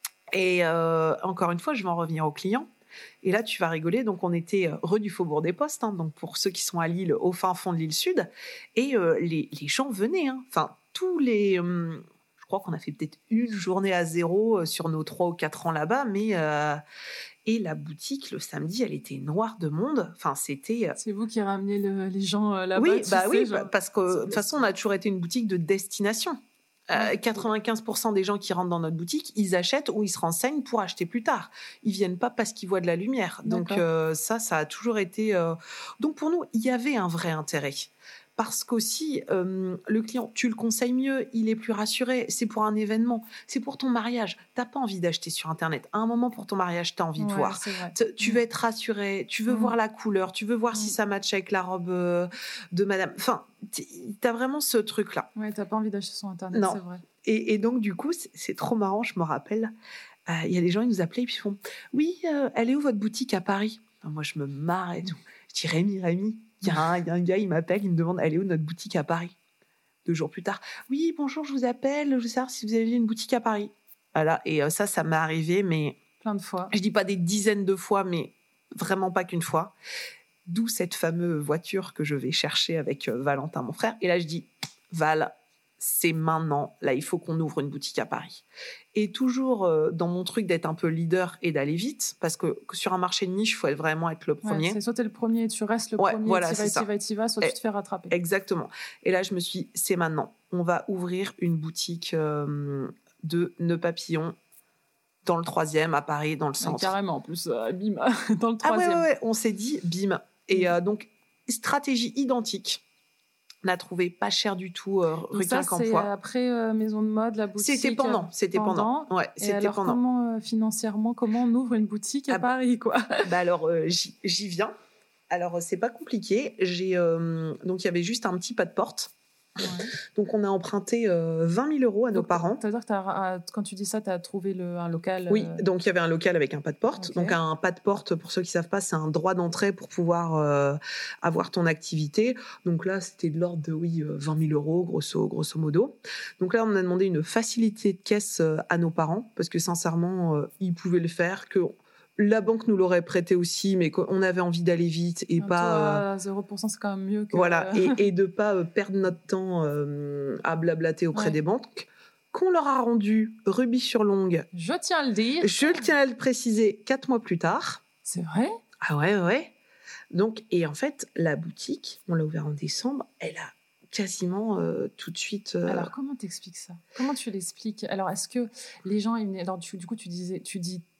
Et euh, encore une fois, je vais en revenir aux clients. Et là, tu vas rigoler. Donc, on était rue du Faubourg des Postes, hein, donc pour ceux qui sont à Lille, au fin fond de l'île Sud. Et euh, les, les gens venaient. Hein. Enfin, tous les... Hum, je crois qu'on a fait peut-être une journée à zéro sur nos trois ou quatre ans là-bas. Mais... Euh, et la boutique, le samedi, elle était noire de monde. Enfin, c'était... C'est vous qui rameniez le, les gens là-bas. Oui, tu bah sais, oui, genre... parce que de toute façon, on a toujours été une boutique de destination. Euh, Ouais. quatre-vingt-quinze pour cent des gens qui rentrent dans notre boutique, ils achètent ou ils se renseignent pour acheter plus tard. Ils viennent pas parce qu'ils voient de la lumière. Donc euh, ça, ça a toujours été... Euh... Donc pour nous, il y avait un vrai intérêt. Parce qu'aussi, euh, le client, tu le conseilles mieux, il est plus rassuré. C'est pour un événement, c'est pour ton mariage. Tu n'as pas envie d'acheter sur Internet. À un moment, pour ton mariage, tu as envie ouais, de voir. T- tu mmh. veux être rassuré, tu veux mmh. voir la couleur, tu veux voir mmh. si ça matche avec la robe euh, de madame. Enfin, tu as vraiment ce truc-là. Ouais, tu n'as pas envie d'acheter sur Internet, non. c'est vrai. Et, et donc, du coup, c'est, c'est trop marrant, je me rappelle. Il euh, y a des gens, ils nous appelaient et puis ils font « Oui, euh, elle est où votre boutique à Paris ?» Moi, je me marre et tout. Je dis « Rémi, Rémi. » Il y, y a un gars, il m'appelle, il me demande, elle est où notre boutique à Paris? Deux jours plus tard, oui, bonjour, je vous appelle, je veux savoir si vous avez une boutique à Paris. Voilà, et euh, ça, ça m'est arrivé, mais... Plein de fois. Je dis pas des dizaines de fois, mais vraiment pas qu'une fois. D'où cette fameuse voiture que je vais chercher avec euh, Valentin, mon frère. Et là, je dis, Val, c'est maintenant, là, il faut qu'on ouvre une boutique à Paris. Et toujours euh, dans mon truc d'être un peu leader et d'aller vite, parce que, que sur un marché de niche, il faut être vraiment être le premier. Ouais, c'est soit t'es le premier, tu restes le ouais, premier, voilà, tu vas, tu vas, tu vas, soit et, tu te fais rattraper. Exactement. Et là, je me suis dit, c'est maintenant. On va ouvrir une boutique euh, de nœuds papillons dans le troisième, à Paris, dans le centre. Ouais, carrément, en plus, euh, bim, dans le troisième. Ah ouais, ouais, ouais, on s'est dit, bim. Et mmh. euh, donc, stratégie identique. On a trouvé pas cher du tout, euh, rue Quincampoix. Ça, c'est après euh, Maison de Mode, la boutique. C'était pendant, c'était pendant. pendant. Ouais, et c'était alors, pendant. comment, euh, financièrement, comment on ouvre une boutique à ah, Paris, quoi? Bah alors, euh, j'y, j'y viens. Alors, c'est pas compliqué. J'ai, euh, donc, il y avait juste un petit pas de porte. Ouais. Donc, on a emprunté euh, vingt mille euros à nos donc, parents. C'est-à-dire que t'as, quand tu dis ça, tu as trouvé le, un local euh... Oui, donc il y avait un local avec un pas de porte. Okay. Donc, un pas de porte, pour ceux qui ne savent pas, c'est un droit d'entrée pour pouvoir euh, avoir ton activité. Donc là, c'était de l'ordre de oui, vingt mille euros, grosso, grosso modo. Donc là, on a demandé une facilité de caisse à nos parents parce que sincèrement, euh, ils pouvaient le faire. Que la banque nous l'aurait prêté aussi, mais qu'on avait envie d'aller vite et un pas... Euh, zéro pour cent, c'est quand même mieux que... Voilà, et, et de ne pas euh, perdre notre temps euh, à blablater auprès ouais. des banques, qu'on leur a rendu rubis-sur-longue. Je tiens à le dire. Je tiens à le préciser, quatre mois plus tard. C'est vrai? Ah ouais, ouais. Donc, et en fait, la boutique, on l'a ouverte en décembre, elle a quasiment euh, tout de suite... Euh... Alors, comment t'expliques ça? Comment tu l'expliques? Alors, est-ce que les gens... Alors, tu, du coup, tu, disais, tu dis...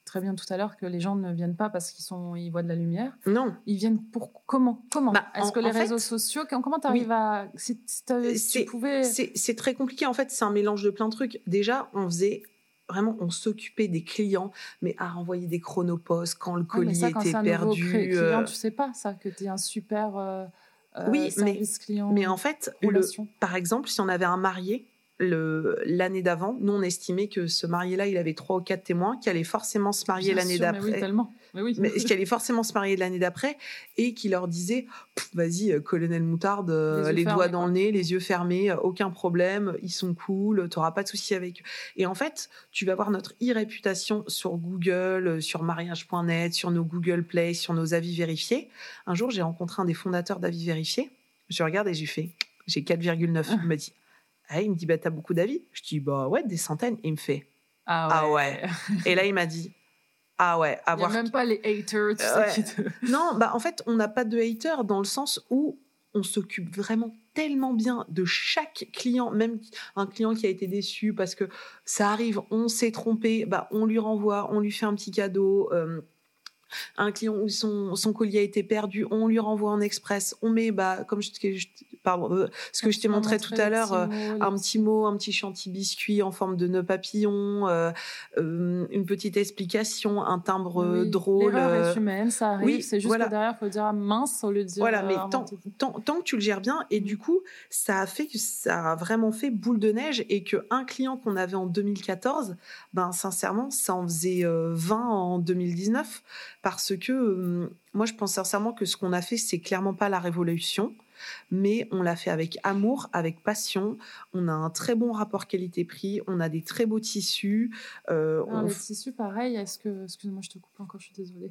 très bien tout à l'heure que les gens ne viennent pas parce qu'ils sont, ils voient de la lumière. Non. Ils viennent pour comment Comment bah, Est-ce en, que les en réseaux fait, sociaux, comment tu arrives oui. à... Si, si, si tu pouvais... C'est, c'est très compliqué. En fait, c'est un mélange de plein de trucs. Déjà, on faisait... Vraiment, on s'occupait des clients, mais à renvoyer des chronoposts quand le colis ouais, ça, quand était perdu. Quand c'est un nouveau client, euh... tu sais pas ça, que tu es un super euh, oui, service mais, client. Mais en fait, le, par exemple, si on avait un marié, le, l'année d'avant, nous, on estimait que ce marié-là, il avait trois ou quatre témoins qui allaient forcément se marier Bien l'année sûr, d'après. Mais oui, tellement. Mais oui. Mais qui allaient forcément se marier l'année d'après et qui leur disait vas-y, euh, colonel Moutarde, euh, les, les fermés, doigts dans quoi. Le nez, les yeux fermés, euh, aucun problème, ils sont cool, t'auras pas de souci avec eux. Et en fait, tu vas voir notre e-réputation sur Google, sur mariage point net, sur nos Google Play, sur nos avis vérifiés. Un jour, j'ai rencontré un des fondateurs d'avis vérifiés. Je regarde et j'ai fait j'ai quatre virgule neuf. Il m'a dit ah, il me dit bah t'as beaucoup d'avis. Je dis bah ouais, des centaines. Et il me fait ah ouais. Ah ouais. Et là, il m'a dit ah ouais, avoir... Il n'y a même pas les haters, tu ouais. sais. Qui te... Non, bah en fait, on n'a pas de haters dans le sens où on s'occupe vraiment tellement bien de chaque client, même un client qui a été déçu parce que ça arrive, on s'est trompé, bah on lui renvoie, on lui fait un petit cadeau. Euh, un client où son, son colis a été perdu, on lui renvoie en express, on met, bah, comme je, je, pardon, euh, ce que je t'ai montré tout à l'heure, euh, un petit mot, un petit chantilly biscuit en forme de nœud papillon, euh, euh, une petite explication, un timbre oui, drôle. L'erreur est humaine, ça arrive, oui, c'est juste voilà. que derrière, il faut dire mince au lieu de dire... Voilà, mais tant, tant, tant que tu le gères bien, et du coup, ça a fait que ça a vraiment fait boule de neige, et qu'un client qu'on avait en deux mille quatorze, ben, sincèrement, ça en faisait euh, vingt en deux mille dix-neuf, parce que euh, moi, je pense sincèrement que ce qu'on a fait, c'est clairement pas la révolution, mais on l'a fait avec amour, avec passion. On a un très bon rapport qualité-prix, on a des très beaux tissus. Euh, Alors, on... Les tissus, pareil, est-ce que... Excuse-moi, je te coupe encore, je suis désolée.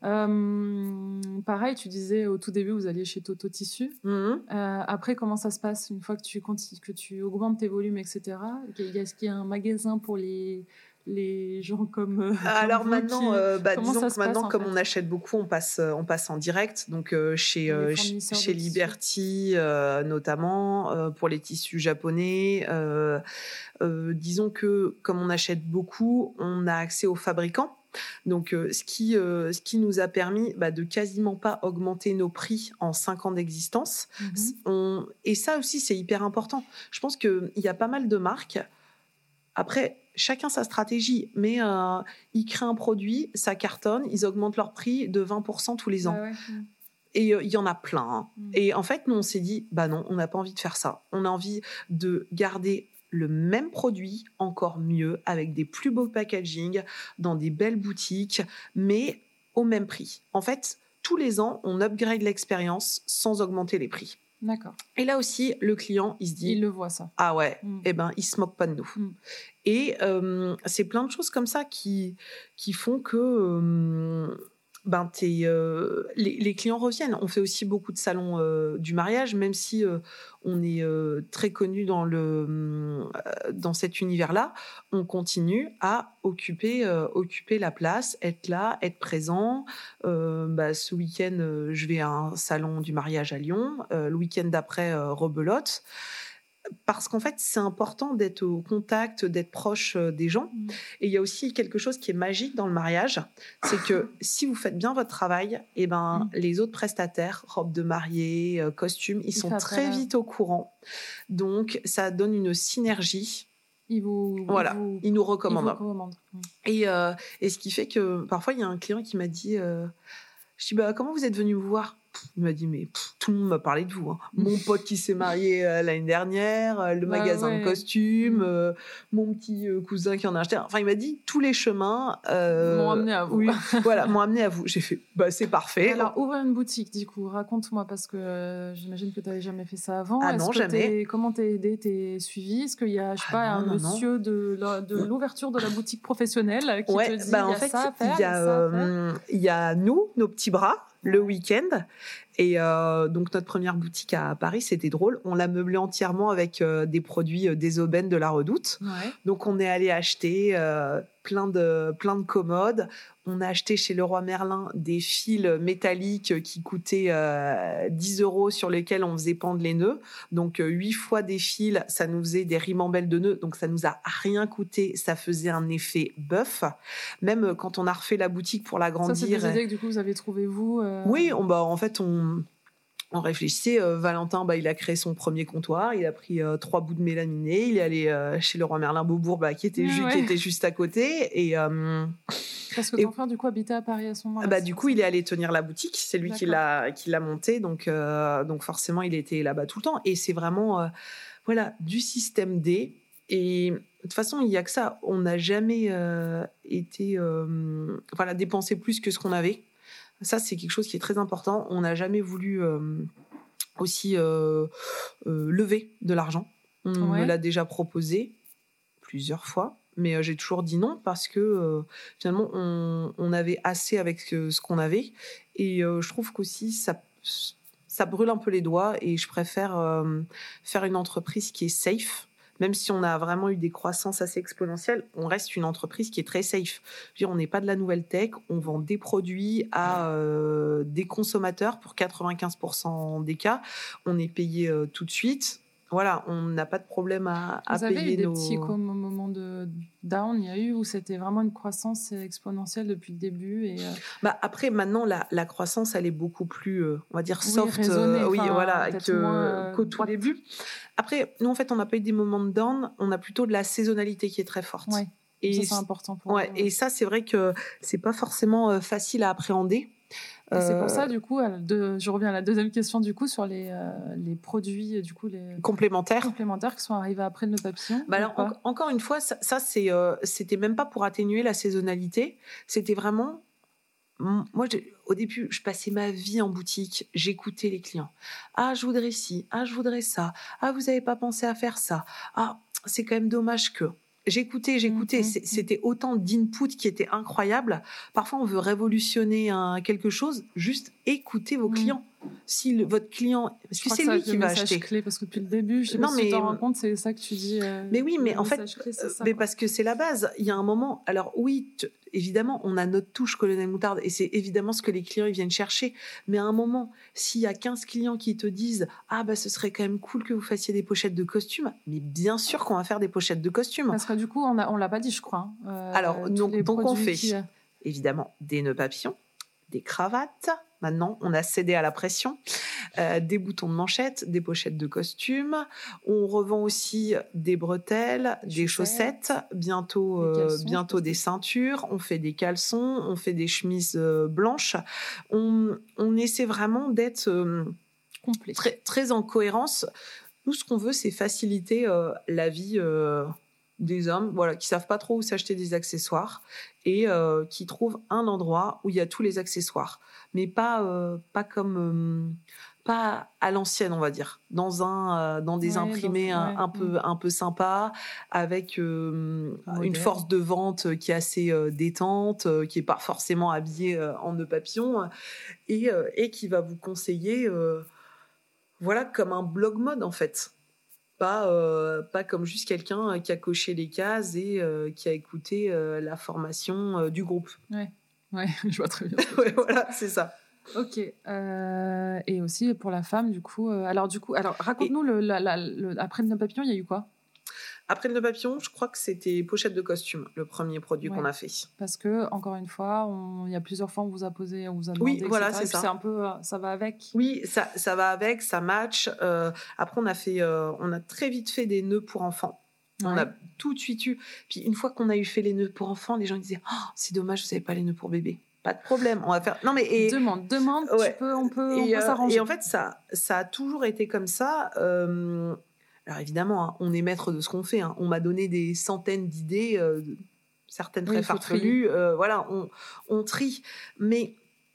Euh, pareil, tu disais au tout début, vous alliez chez Toto Tissus. Mm-hmm. Euh, après, comment ça se passe une fois que tu, que tu augmentes tes volumes, et cetera. Est-ce qu'il y a un magasin pour les... les gens comme euh, alors comme maintenant qui... euh, bah, disons que maintenant passe, comme fait on achète beaucoup on passe on passe en direct donc euh, chez euh, chez Liberty euh, notamment euh, pour les tissus japonais euh, euh, disons que comme on achète beaucoup on a accès aux fabricants. Donc, euh, ce, qui, euh, ce qui nous a permis bah, de quasiment pas augmenter nos prix en cinq ans d'existence. Mm-hmm. On... Et ça aussi, c'est hyper important. Je pense qu'il y a pas mal de marques. Après, chacun sa stratégie, mais euh, ils créent un produit, ça cartonne, ils augmentent leur prix de vingt pour cent tous les ans. Bah ouais. Et il euh, y en a plein. Hein. Mm. Et en fait, nous, on s'est dit, bah non, on n'a pas envie de faire ça. On a envie de garder le même produit, encore mieux, avec des plus beaux packaging, dans des belles boutiques, mais au même prix. En fait, tous les ans, on upgrade l'expérience sans augmenter les prix. D'accord. Et là aussi, le client, il se dit... Il le voit, ça. Ah ouais, mm. eh ben, il se moque pas de nous. Mm. Et euh, c'est plein de choses comme ça qui, qui font que... Euh, ben t'es, euh, les, les clients reviennent. On fait aussi beaucoup de salons euh, du mariage, même si euh, on est euh, très connu dans le euh, dans cet univers-là. On continue à occuper euh, occuper la place, être là, être présent. Euh, bah, ce week-end, euh, je vais à un salon du mariage à Lyon. Euh, le week-end d'après, euh, rebelote. Parce qu'en fait, c'est important d'être au contact, d'être proche des gens. Mmh. Et il y a aussi quelque chose qui est magique dans le mariage, c'est que si vous faites bien votre travail, eh ben, mmh. les autres prestataires, robes de mariée, euh, costumes, ils, ils sont très vite au courant. Donc, ça donne une synergie. Ils vous, voilà, ils vous, ils nous recommandent. Ils vous recommandent. Mmh. Et, euh, et ce qui fait que parfois, il y a un client qui m'a dit, euh, je dis, bah, comment vous êtes venu me voir ? Il m'a dit, mais pff, tout le monde m'a parlé de vous. Hein. Mon pote qui s'est marié euh, l'année dernière, euh, le bah magasin ouais. de costumes, euh, mon petit euh, cousin qui en a acheté. Enfin, il m'a dit, tous les chemins... Euh, m'ont amené à vous. Oui, voilà, m'ont amené à vous. J'ai fait, bah, c'est parfait. Alors, ouvrir une boutique, du coup, raconte-moi, parce que euh, j'imagine que tu n'avais jamais fait ça avant. Ah Est-ce non, que jamais. T'es, comment t'es aidé, t'es suivi ? Est-ce qu'il y a, je sais ah pas, non, un non, monsieur non. De, la, de l'ouverture de la boutique professionnelle qui ouais, te dit, bah, il en y a fait, ça à faire, il y a, ça à faire. euh, il y a nous, nos petits bras, le week-end. Et euh, donc notre première boutique à Paris, c'était drôle. On l'a meublée entièrement avec euh, des produits euh, des aubaines de la Redoute. Ouais. Donc on est allé acheter euh, plein de plein de commodes. On a acheté chez Leroy Merlin des fils métalliques qui coûtaient euh, dix euros sur lesquels on faisait pendre les nœuds. Donc huit fois des fils, ça nous faisait des ribambelles de nœuds. Donc ça nous a rien coûté. Ça faisait un effet bœuf. Même quand on a refait la boutique pour l'agrandir. Ça, c'est des idées que du coup vous avez trouvées vous. Euh... Oui, on, bah en fait on. On réfléchissait, euh, Valentin, bah, il a créé son premier comptoir, il a pris euh, trois bouts de mélaminé, il est allé euh, chez Leroy Merlin Beaubourg, bah, qui, était ouais, ju- ouais. qui était juste à côté. Et, euh, Parce que et, ton frère, du coup, habitait à Paris à ce moment-là. Bah, du coup, il est allé tenir la boutique, c'est lui qui l'a, qui l'a monté, donc, euh, donc forcément, il était là-bas tout le temps. Et c'est vraiment euh, voilà, du système D. Et de toute façon, il n'y a que ça. On n'a jamais euh, été euh, voilà, dépensé plus que ce qu'on avait. Ça, c'est quelque chose qui est très important. On n'a jamais voulu euh, aussi euh, euh, lever de l'argent. On ouais. me l'a déjà proposé plusieurs fois, mais euh, j'ai toujours dit non parce que euh, finalement, on, on avait assez avec ce, ce qu'on avait. Et euh, je trouve qu'aussi, ça, ça brûle un peu les doigts et je préfère euh, faire une entreprise qui est safe. Même si on a vraiment eu des croissances assez exponentielles, on reste une entreprise qui est très safe. Je veux dire, on n'est pas de la nouvelle tech, on vend des produits à euh, des consommateurs pour quatre-vingt-quinze pour cent des cas. On est payé euh, tout de suite. Voilà, on n'a pas de problème à, à Vous avez payer eu des nos... petits moments de down, il y a eu où c'était vraiment une croissance exponentielle depuis le début et euh... bah après, maintenant, la, la croissance, elle est beaucoup plus, euh, on va dire, soft. Oui, raisonnée, euh, oui, voilà, que, moins, euh, qu'au tout droite. début. Après, nous, en fait, on n'a pas eu des moments de down, on a plutôt de la saisonnalité qui est très forte. Ouais, et ça, c'est important pour ouais, vous. Et ça, c'est vrai que c'est pas forcément euh, facile à appréhender. Et c'est pour ça, du coup, de, je reviens à la deuxième question, du coup, sur les, euh, les produits du coup, les complémentaires. complémentaires qui sont arrivés après le nœud papillon. Bah alors, en, encore une fois, ça, ça c'est, euh, c'était même pas pour atténuer la saisonnalité. C'était vraiment... Moi, au début, je passais ma vie en boutique, j'écoutais les clients. Ah, je voudrais ci, ah, je voudrais ça. Ah, vous n'avez pas pensé à faire ça. Ah, c'est quand même dommage que... J'écoutais, j'écoutais. Mmh, C'était autant d'input qui était incroyable. Parfois, on veut révolutionner un, quelque chose. Juste écoutez vos mmh. clients. Si le, votre client, parce que c'est lui qui va acheter. Clé, parce que depuis le début, je sais non, pas mais, si tu t'en rends compte, c'est ça que tu dis. Euh, mais oui, mais en fait, clé, ça, mais parce que c'est la base. Il y a un moment. Alors oui, t- évidemment, on a notre touche Colonel Moutarde et c'est évidemment ce que les clients ils viennent chercher. Mais à un moment, s'il y a quinze clients qui te disent ah bah ce serait quand même cool que vous fassiez des pochettes de costumes, mais bien sûr qu'on va faire des pochettes de costumes. Parce que du coup, on a, on l'a pas dit, je crois. Hein. Euh, Alors donc, donc on fait qui... évidemment des nœuds papillons, des cravates. Maintenant, on a cédé à la pression. Euh, des boutons de manchette, des pochettes de costumes. On revend aussi des bretelles, des, des chaussettes, bientôt, des, caleçons, euh, bientôt des ceintures. On fait des caleçons, on fait des chemises euh, blanches. On, on essaie vraiment d'être euh, complet, très, très en cohérence. Nous, ce qu'on veut, c'est faciliter euh, la vie euh, des hommes, voilà, qui savent pas trop où s'acheter des accessoires et euh, qui trouvent un endroit où il y a tous les accessoires, mais pas euh, pas comme euh, pas à l'ancienne, on va dire, dans un euh, dans des ouais, imprimés dans, un, ouais, un peu ouais. un peu sympa, avec euh, une force de vente qui est assez euh, détente, euh, qui est pas forcément habillée euh, en nœud papillon et euh, et qui va vous conseiller euh, voilà comme un blog mode en fait. Pas, euh, pas comme juste quelqu'un qui a coché les cases et euh, qui a écouté euh, la formation euh, du groupe. Ouais, ouais, je vois très bien. Ouais, voilà, c'est ça. Ok. Euh, et aussi pour la femme, du coup. Euh, alors, du coup, alors raconte-nous et... le, la, la, le, après le nœud papillon, il y a eu quoi ? Après le nœud papillon, je crois que c'était pochette de costume, le premier produit ouais. qu'on a fait. Parce que encore une fois, on, il y a plusieurs fois on vous a posé, on vous a demandé. Oui, voilà, et cetera. c'est ça. C'est un peu, ça va avec. Oui, ça, ça va avec, ça match. Euh, après, on a fait, euh, on a très vite fait des nœuds pour enfants. Ouais. On a tout de suite eu. Puis une fois qu'on a eu fait les nœuds pour enfants, les gens disaient oh, c'est dommage, vous savez pas les nœuds pour bébé. Pas de problème, on va faire. Non mais et... demande, demande. Ouais. Tu peux, on peut, et, on peut euh, s'arranger. Et en fait, ça, ça a toujours été comme ça. Euh, Alors évidemment, hein, on est maître de ce qu'on fait. Hein. On m'a donné des centaines d'idées, euh, certaines très oui, farfelues. Euh, voilà, on, on trie. Mais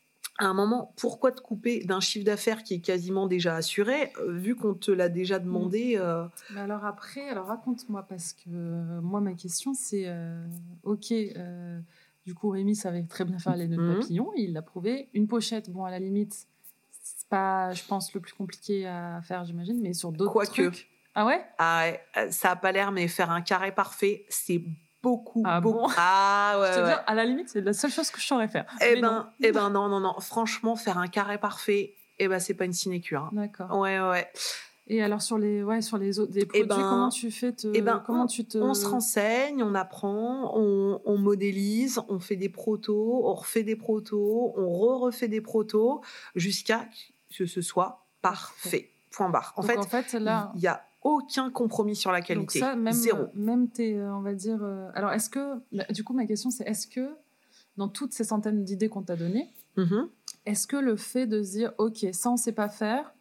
à un moment, pourquoi te couper d'un chiffre d'affaires qui est quasiment déjà assuré, euh, vu qu'on te l'a déjà demandé euh... Mais alors après, alors raconte-moi, parce que euh, moi, ma question, c'est, euh, ok, euh, du coup, Rémi savait très bien faire les nœuds de papillon, il l'a prouvé. Une pochette, bon, à la limite, pas, je pense, le plus compliqué à faire, j'imagine, mais sur d'autres Quoique. trucs. Ah ouais? Ah ouais, ça a pas l'air, mais faire un carré parfait, c'est beaucoup, Ah beaucoup. bon? Ah ouais, Je te ouais. dis, à la limite, c'est la seule chose que je saurais faire. Eh Mais ben, non. eh ben non, non, non. Franchement, faire un carré parfait, eh ben c'est pas une sinécure. Hein. D'accord. Ouais, ouais. Et alors sur les, ouais, sur les autres, des produits, Eh ben, comment tu fais te, eh ben, comment on, tu te... on se renseigne, on apprend, on, on modélise, on fait des protos, on refait des protos, on re-refait des protos, jusqu'à que ce soit parfait. parfait. Point barre. En Donc fait, en fait là, il y a aucun compromis sur la qualité. Donc ça, même, Zéro. Même tes, on va dire... Euh, alors, est-ce que... Du coup, ma question, c'est est-ce que, dans toutes ces centaines d'idées qu'on t'a données, mm-hmm. est-ce que le fait de se dire, OK, ça, on ne sait pas faire,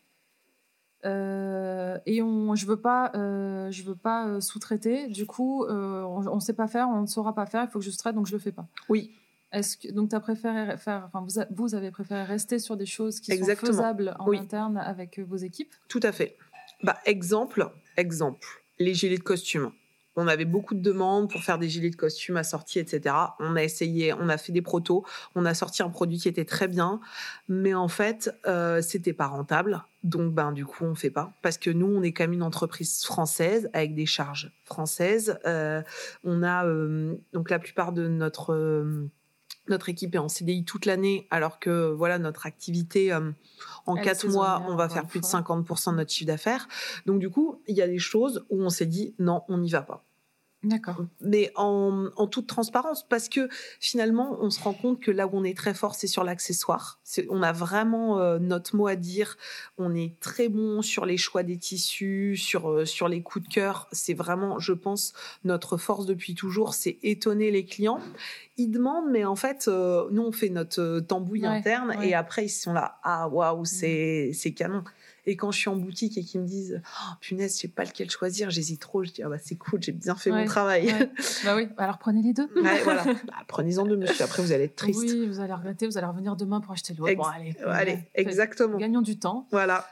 euh, et on, je ne veux pas, euh, je veux pas euh, sous-traiter, du coup, euh, on ne sait pas faire, on ne saura pas faire, il faut que je sous-traite, donc je ne le fais pas. Oui. Est-ce que, donc, t'as préféré faire, enfin, vous, a, vous avez préféré rester sur des choses qui Exactement. sont faisables en oui. interne avec vos équipes? Tout à fait. Bah, exemple, exemple, les gilets de costume. On avait beaucoup de demandes pour faire des gilets de costume assortis, et cetera. On a essayé, on a fait des protos, on a sorti un produit qui était très bien, mais en fait, euh, c'était pas rentable. Donc, ben, du coup, on fait pas. Parce que nous, on est quand même une entreprise française avec des charges françaises. Euh, on a, euh, donc, la plupart de notre... Euh, Notre équipe est en C D I toute l'année, alors que voilà notre activité, euh, en quatre mois, on va faire plus de cinquante pour cent de notre chiffre d'affaires. Donc du coup, il y a des choses où on s'est dit non, on n'y va pas. D'accord. Mais en, en toute transparence, parce que finalement, on se rend compte que là où on est très fort, c'est sur l'accessoire. C'est, on a vraiment euh, notre mot à dire. On est très bon sur les choix des tissus, sur, euh, sur les coups de cœur. C'est vraiment, je pense, notre force depuis toujours, c'est étonner les clients. Ils demandent, mais en fait, euh, nous, on fait notre tambouille ouais, interne ouais. Et après, ils sont là, ah, waouh, c'est, c'est canon. Et quand je suis en boutique et qu'ils me disent oh, punaise, je sais pas lequel choisir, j'hésite trop, je dis ah bah c'est cool, j'ai bien fait ouais, mon travail. Ouais. Bah oui, alors prenez les deux. Ouais, voilà. Bah, prenez-en deux, monsieur. Après, vous allez être triste. Oui, vous allez regretter, vous allez revenir demain pour acheter l'autre. Ex- bon, allez, allez ouais, exactement. Gagnons du temps. Voilà.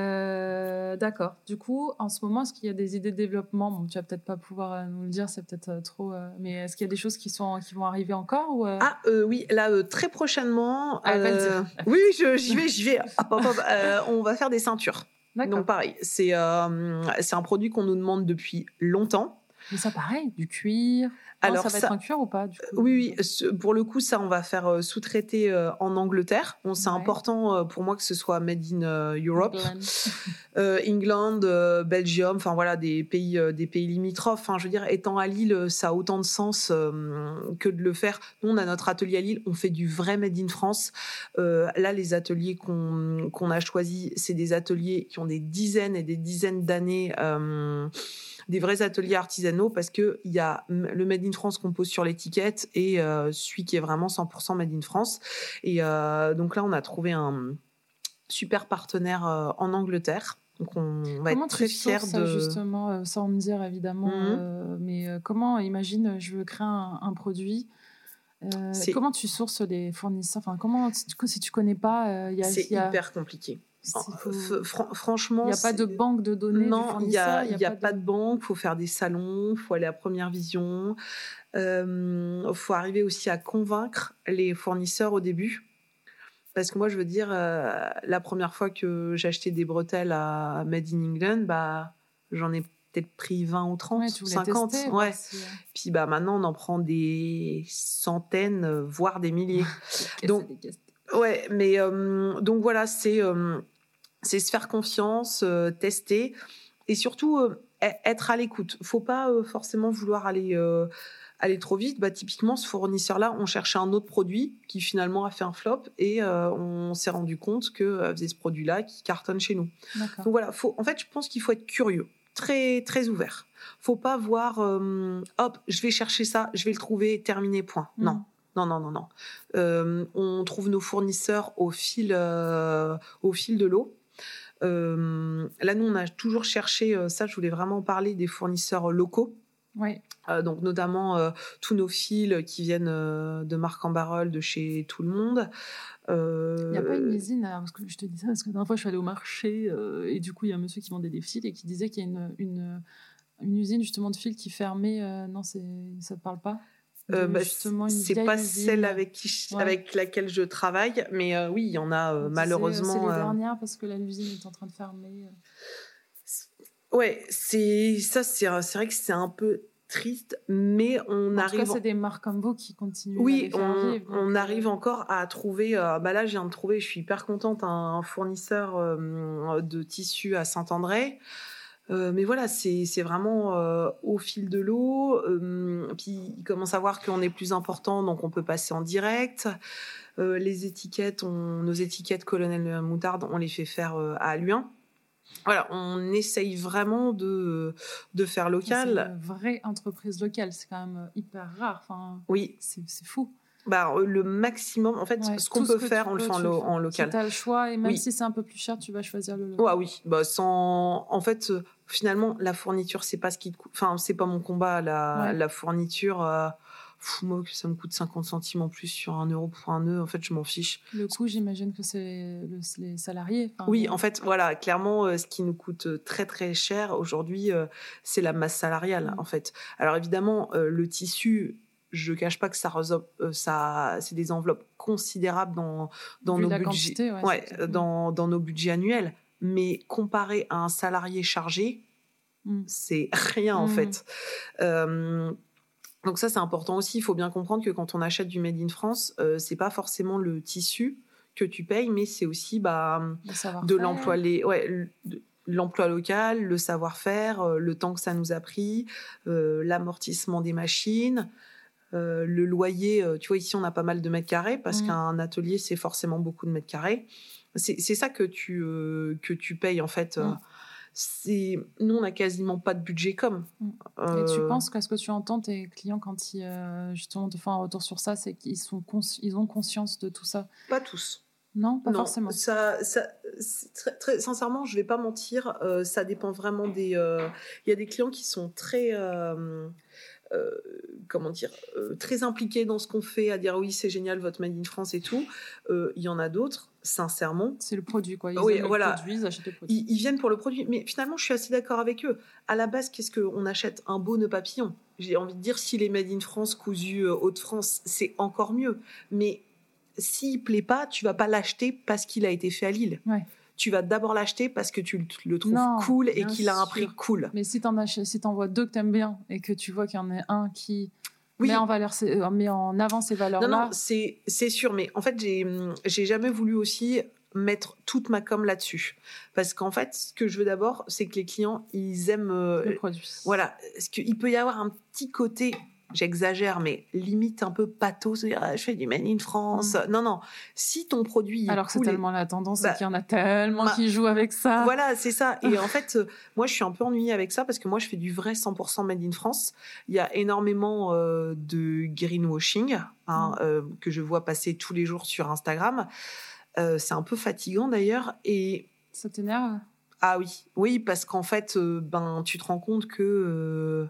Euh, d'accord. Du coup, en ce moment, est-ce qu'il y a des idées de développement? Bon, tu vas peut-être pas pouvoir nous le dire, c'est peut-être euh, trop. Euh, mais est-ce qu'il y a des choses qui sont qui vont arriver encore ou euh... Ah euh, oui, là euh, très prochainement. Ah, euh... Oui, oui, je, j'y vais, j'y vais. Hop, hop, hop. Euh, on va faire des ceintures. D'accord. Donc pareil, c'est euh, c'est un produit qu'on nous demande depuis longtemps. Mais ça, pareil, du cuir. Alors, non, ça va ça, être un cuir ou pas du coup, oui, oui, pour le coup, ça, on va faire sous-traiter en Angleterre. Bon, c'est ouais. important pour moi que ce soit made in Europe, England, euh, England euh, Belgium, enfin voilà, des pays, euh, des pays limitrophes. Enfin, je veux dire, étant à Lille, ça a autant de sens euh, que de le faire. Nous, on a notre atelier à Lille, on fait du vrai made in France. Euh, là, les ateliers qu'on, qu'on a choisis, c'est des ateliers qui ont des dizaines et des dizaines d'années. Euh, des vrais ateliers artisanaux parce que il y a le Made in France qu'on pose sur l'étiquette et euh, celui qui est vraiment cent pour cent Made in France. Et euh, donc là, on a trouvé un super partenaire euh, en Angleterre. Donc on va comment être très fiers de... justement, euh, sans me dire évidemment, mm-hmm. euh, mais euh, comment, imagine, je veux créer un, un produit. Euh, comment tu sources les fournisseurs? Enfin, comment, si tu connais pas, euh, y a, c'est y a... hyper compliqué. Faut... Fr- franchement, il n'y a pas de banque de données. Non, il n'y a, y a, y a pas, pas de... de banque. Il faut faire des salons, il faut aller à Première Vision. Il euh, faut arriver aussi à convaincre les fournisseurs au début. Parce que moi, je veux dire, euh, la première fois que j'ai acheté des bretelles à Made in England, bah, j'en ai peut-être pris vingt ou trente, ouais, tu cinquante. Tester, ouais. Si... Puis bah, maintenant, on en prend des centaines, voire des milliers. donc, ouais, mais euh, donc voilà, c'est... Euh, c'est se faire confiance, euh, tester et surtout euh, être à l'écoute. Faut pas euh, forcément vouloir aller euh, aller trop vite. Bah typiquement ce fournisseur-là, on cherchait un autre produit qui finalement a fait un flop et euh, on s'est rendu compte que euh, faisait ce produit-là qui cartonne chez nous. D'accord. Donc voilà, faut en fait je pense qu'il faut être curieux, très très ouvert. Faut pas voir euh, hop, je vais chercher ça, je vais le trouver, terminé, point. Mmh. Non. Non, non, non, non. Euh, on trouve nos fournisseurs au fil, euh, au fil de l'eau. Euh, là, nous, on a toujours cherché, euh, ça, je voulais vraiment parler des fournisseurs locaux. Oui. Euh, donc, notamment euh, tous nos fils qui viennent euh, de Marc en Barœul, de chez Tout le Monde. Euh... Il n'y a pas une usine, alors, parce que je te dis ça, parce que la dernière fois, je suis allée au marché euh, et du coup, il y a un monsieur qui vendait des fils et qui disait qu'il y a une, une, une usine justement de fils qui fermait. Euh, non, c'est, ça ne te parle pas? Euh, bah, c'est pas usine. Celle avec, qui je, ouais. avec laquelle je travaille, mais euh, oui, il y en a euh, malheureusement. C'est les euh... dernières parce que l'usine est en train de fermer. Ouais, c'est ça, c'est, c'est vrai que c'est un peu triste, mais on en arrive. En tout cas, c'est des marques comme vous qui continuent oui, à les faire on, vivre. on arrive euh... encore à trouver. Euh, bah là, je viens de trouver. Je suis hyper contente un, un fournisseur euh, de tissus à Saint-André. Euh, mais voilà, c'est, c'est vraiment euh, au fil de l'eau. Euh, puis ils commencent à voir qu'on est plus important, donc on peut passer en direct. Euh, les étiquettes, on, nos étiquettes Colonel Moutarde, on les fait faire euh, à Luin. Voilà, on essaye vraiment de, de faire local. C'est une vraie entreprise locale, c'est quand même hyper rare. Enfin, oui. C'est, c'est fou. Bah, le maximum, en fait, ouais, ce qu'on peut ce faire, on peux, le fait en, lo- en local. Si tu as le choix, et même oui. si c'est un peu plus cher, tu vas choisir le local. Ouais, oui, bah, sans... en fait, euh, finalement, la fourniture, c'est pas ce qui te coûte. Enfin, c'est pas mon combat, la, ouais. la fourniture. Euh... Pff, moi, que ça me coûte cinquante centimes en plus sur un euro pour un nœud, en fait, je m'en fiche. Le coût, j'imagine que c'est le, les salariés. Enfin, oui, ouais. en fait, voilà, clairement, euh, ce qui nous coûte très, très cher aujourd'hui, euh, c'est la masse salariale, mmh. en fait. Alors, évidemment, euh, le tissu... Je cache pas que ça, euh, ça c'est des enveloppes considérables dans dans Vu nos la budgets, quantité, ouais, ouais, dans dans nos budgets annuels. Mais comparé à un salarié chargé, mm. c'est rien mm. en fait. Euh, donc ça c'est important aussi. Il faut bien comprendre que quand on achète du made in France, euh, c'est pas forcément le tissu que tu payes, mais c'est aussi bah de l'emploi les ouais. De, l'emploi local, le savoir-faire, euh, le temps que ça nous a pris, euh, l'amortissement des machines. Euh, le loyer, euh, tu vois, ici on a pas mal de mètres carrés parce mmh. qu'un atelier c'est forcément beaucoup de mètres carrés. C'est, c'est ça que tu, euh, que tu payes en fait. Mmh. C'est... Nous on n'a quasiment pas de budget com. Mmh. Euh... Et tu penses qu'à ce que tu entends tes clients quand ils euh, justement te font un retour sur ça, c'est qu'ils sont cons- ils ont conscience de tout ça? Pas tous. Non, pas non, forcément. Ça, ça, très, très, sincèrement, je vais pas mentir, euh, ça dépend vraiment des. Il euh, y a des clients qui sont très. Euh, Euh, comment dire, euh, très impliqués dans ce qu'on fait, à dire oui c'est génial votre Made in France et tout. Il euh, y en a d'autres, sincèrement. C'est le produit quoi. Ils oui, aiment voilà. le produit, ils achètent le produit. Ils, ils viennent pour le produit, mais finalement je suis assez d'accord avec eux. À la base, qu'est-ce qu'on achète? Un beau nœud papillon. J'ai envie de dire, si les Made in France cousus euh, Hauts-de-France, c'est encore mieux. Mais s'il plaît pas, tu vas pas l'acheter parce qu'il a été fait à Lille. Ouais. Tu vas d'abord l'acheter parce que tu le trouves non, cool et qu'il a un prix cool. Mais si t'en achètes, si t'en vois deux que t'aimes bien et que tu vois qu'il y en a un qui oui. met en valeur, met en avant ces valeurs-là. Non, non, c'est c'est sûr. Mais en fait, j'ai j'ai jamais voulu aussi mettre toute ma com là-dessus parce qu'en fait, ce que je veux d'abord, c'est que les clients ils aiment euh, le produit. Voilà, parce qu'il peut y avoir un petit côté. J'exagère, mais limite un peu pathos, ah, je fais du Made in France. Mmh. Non, non. Si ton produit est alors que cool c'est tellement et... la tendance bah, et qu'il y en a tellement bah, qui jouent avec ça. Voilà, c'est ça. Et en fait, euh, moi, je suis un peu ennuyée avec ça parce que moi, je fais du vrai cent pour cent Made in France. Il y a énormément euh, de greenwashing hein, mmh. euh, que je vois passer tous les jours sur Instagram. Euh, c'est un peu fatigant d'ailleurs. Et ça t'énerve? Ah oui, oui, parce qu'en fait, euh, ben, tu te rends compte que euh,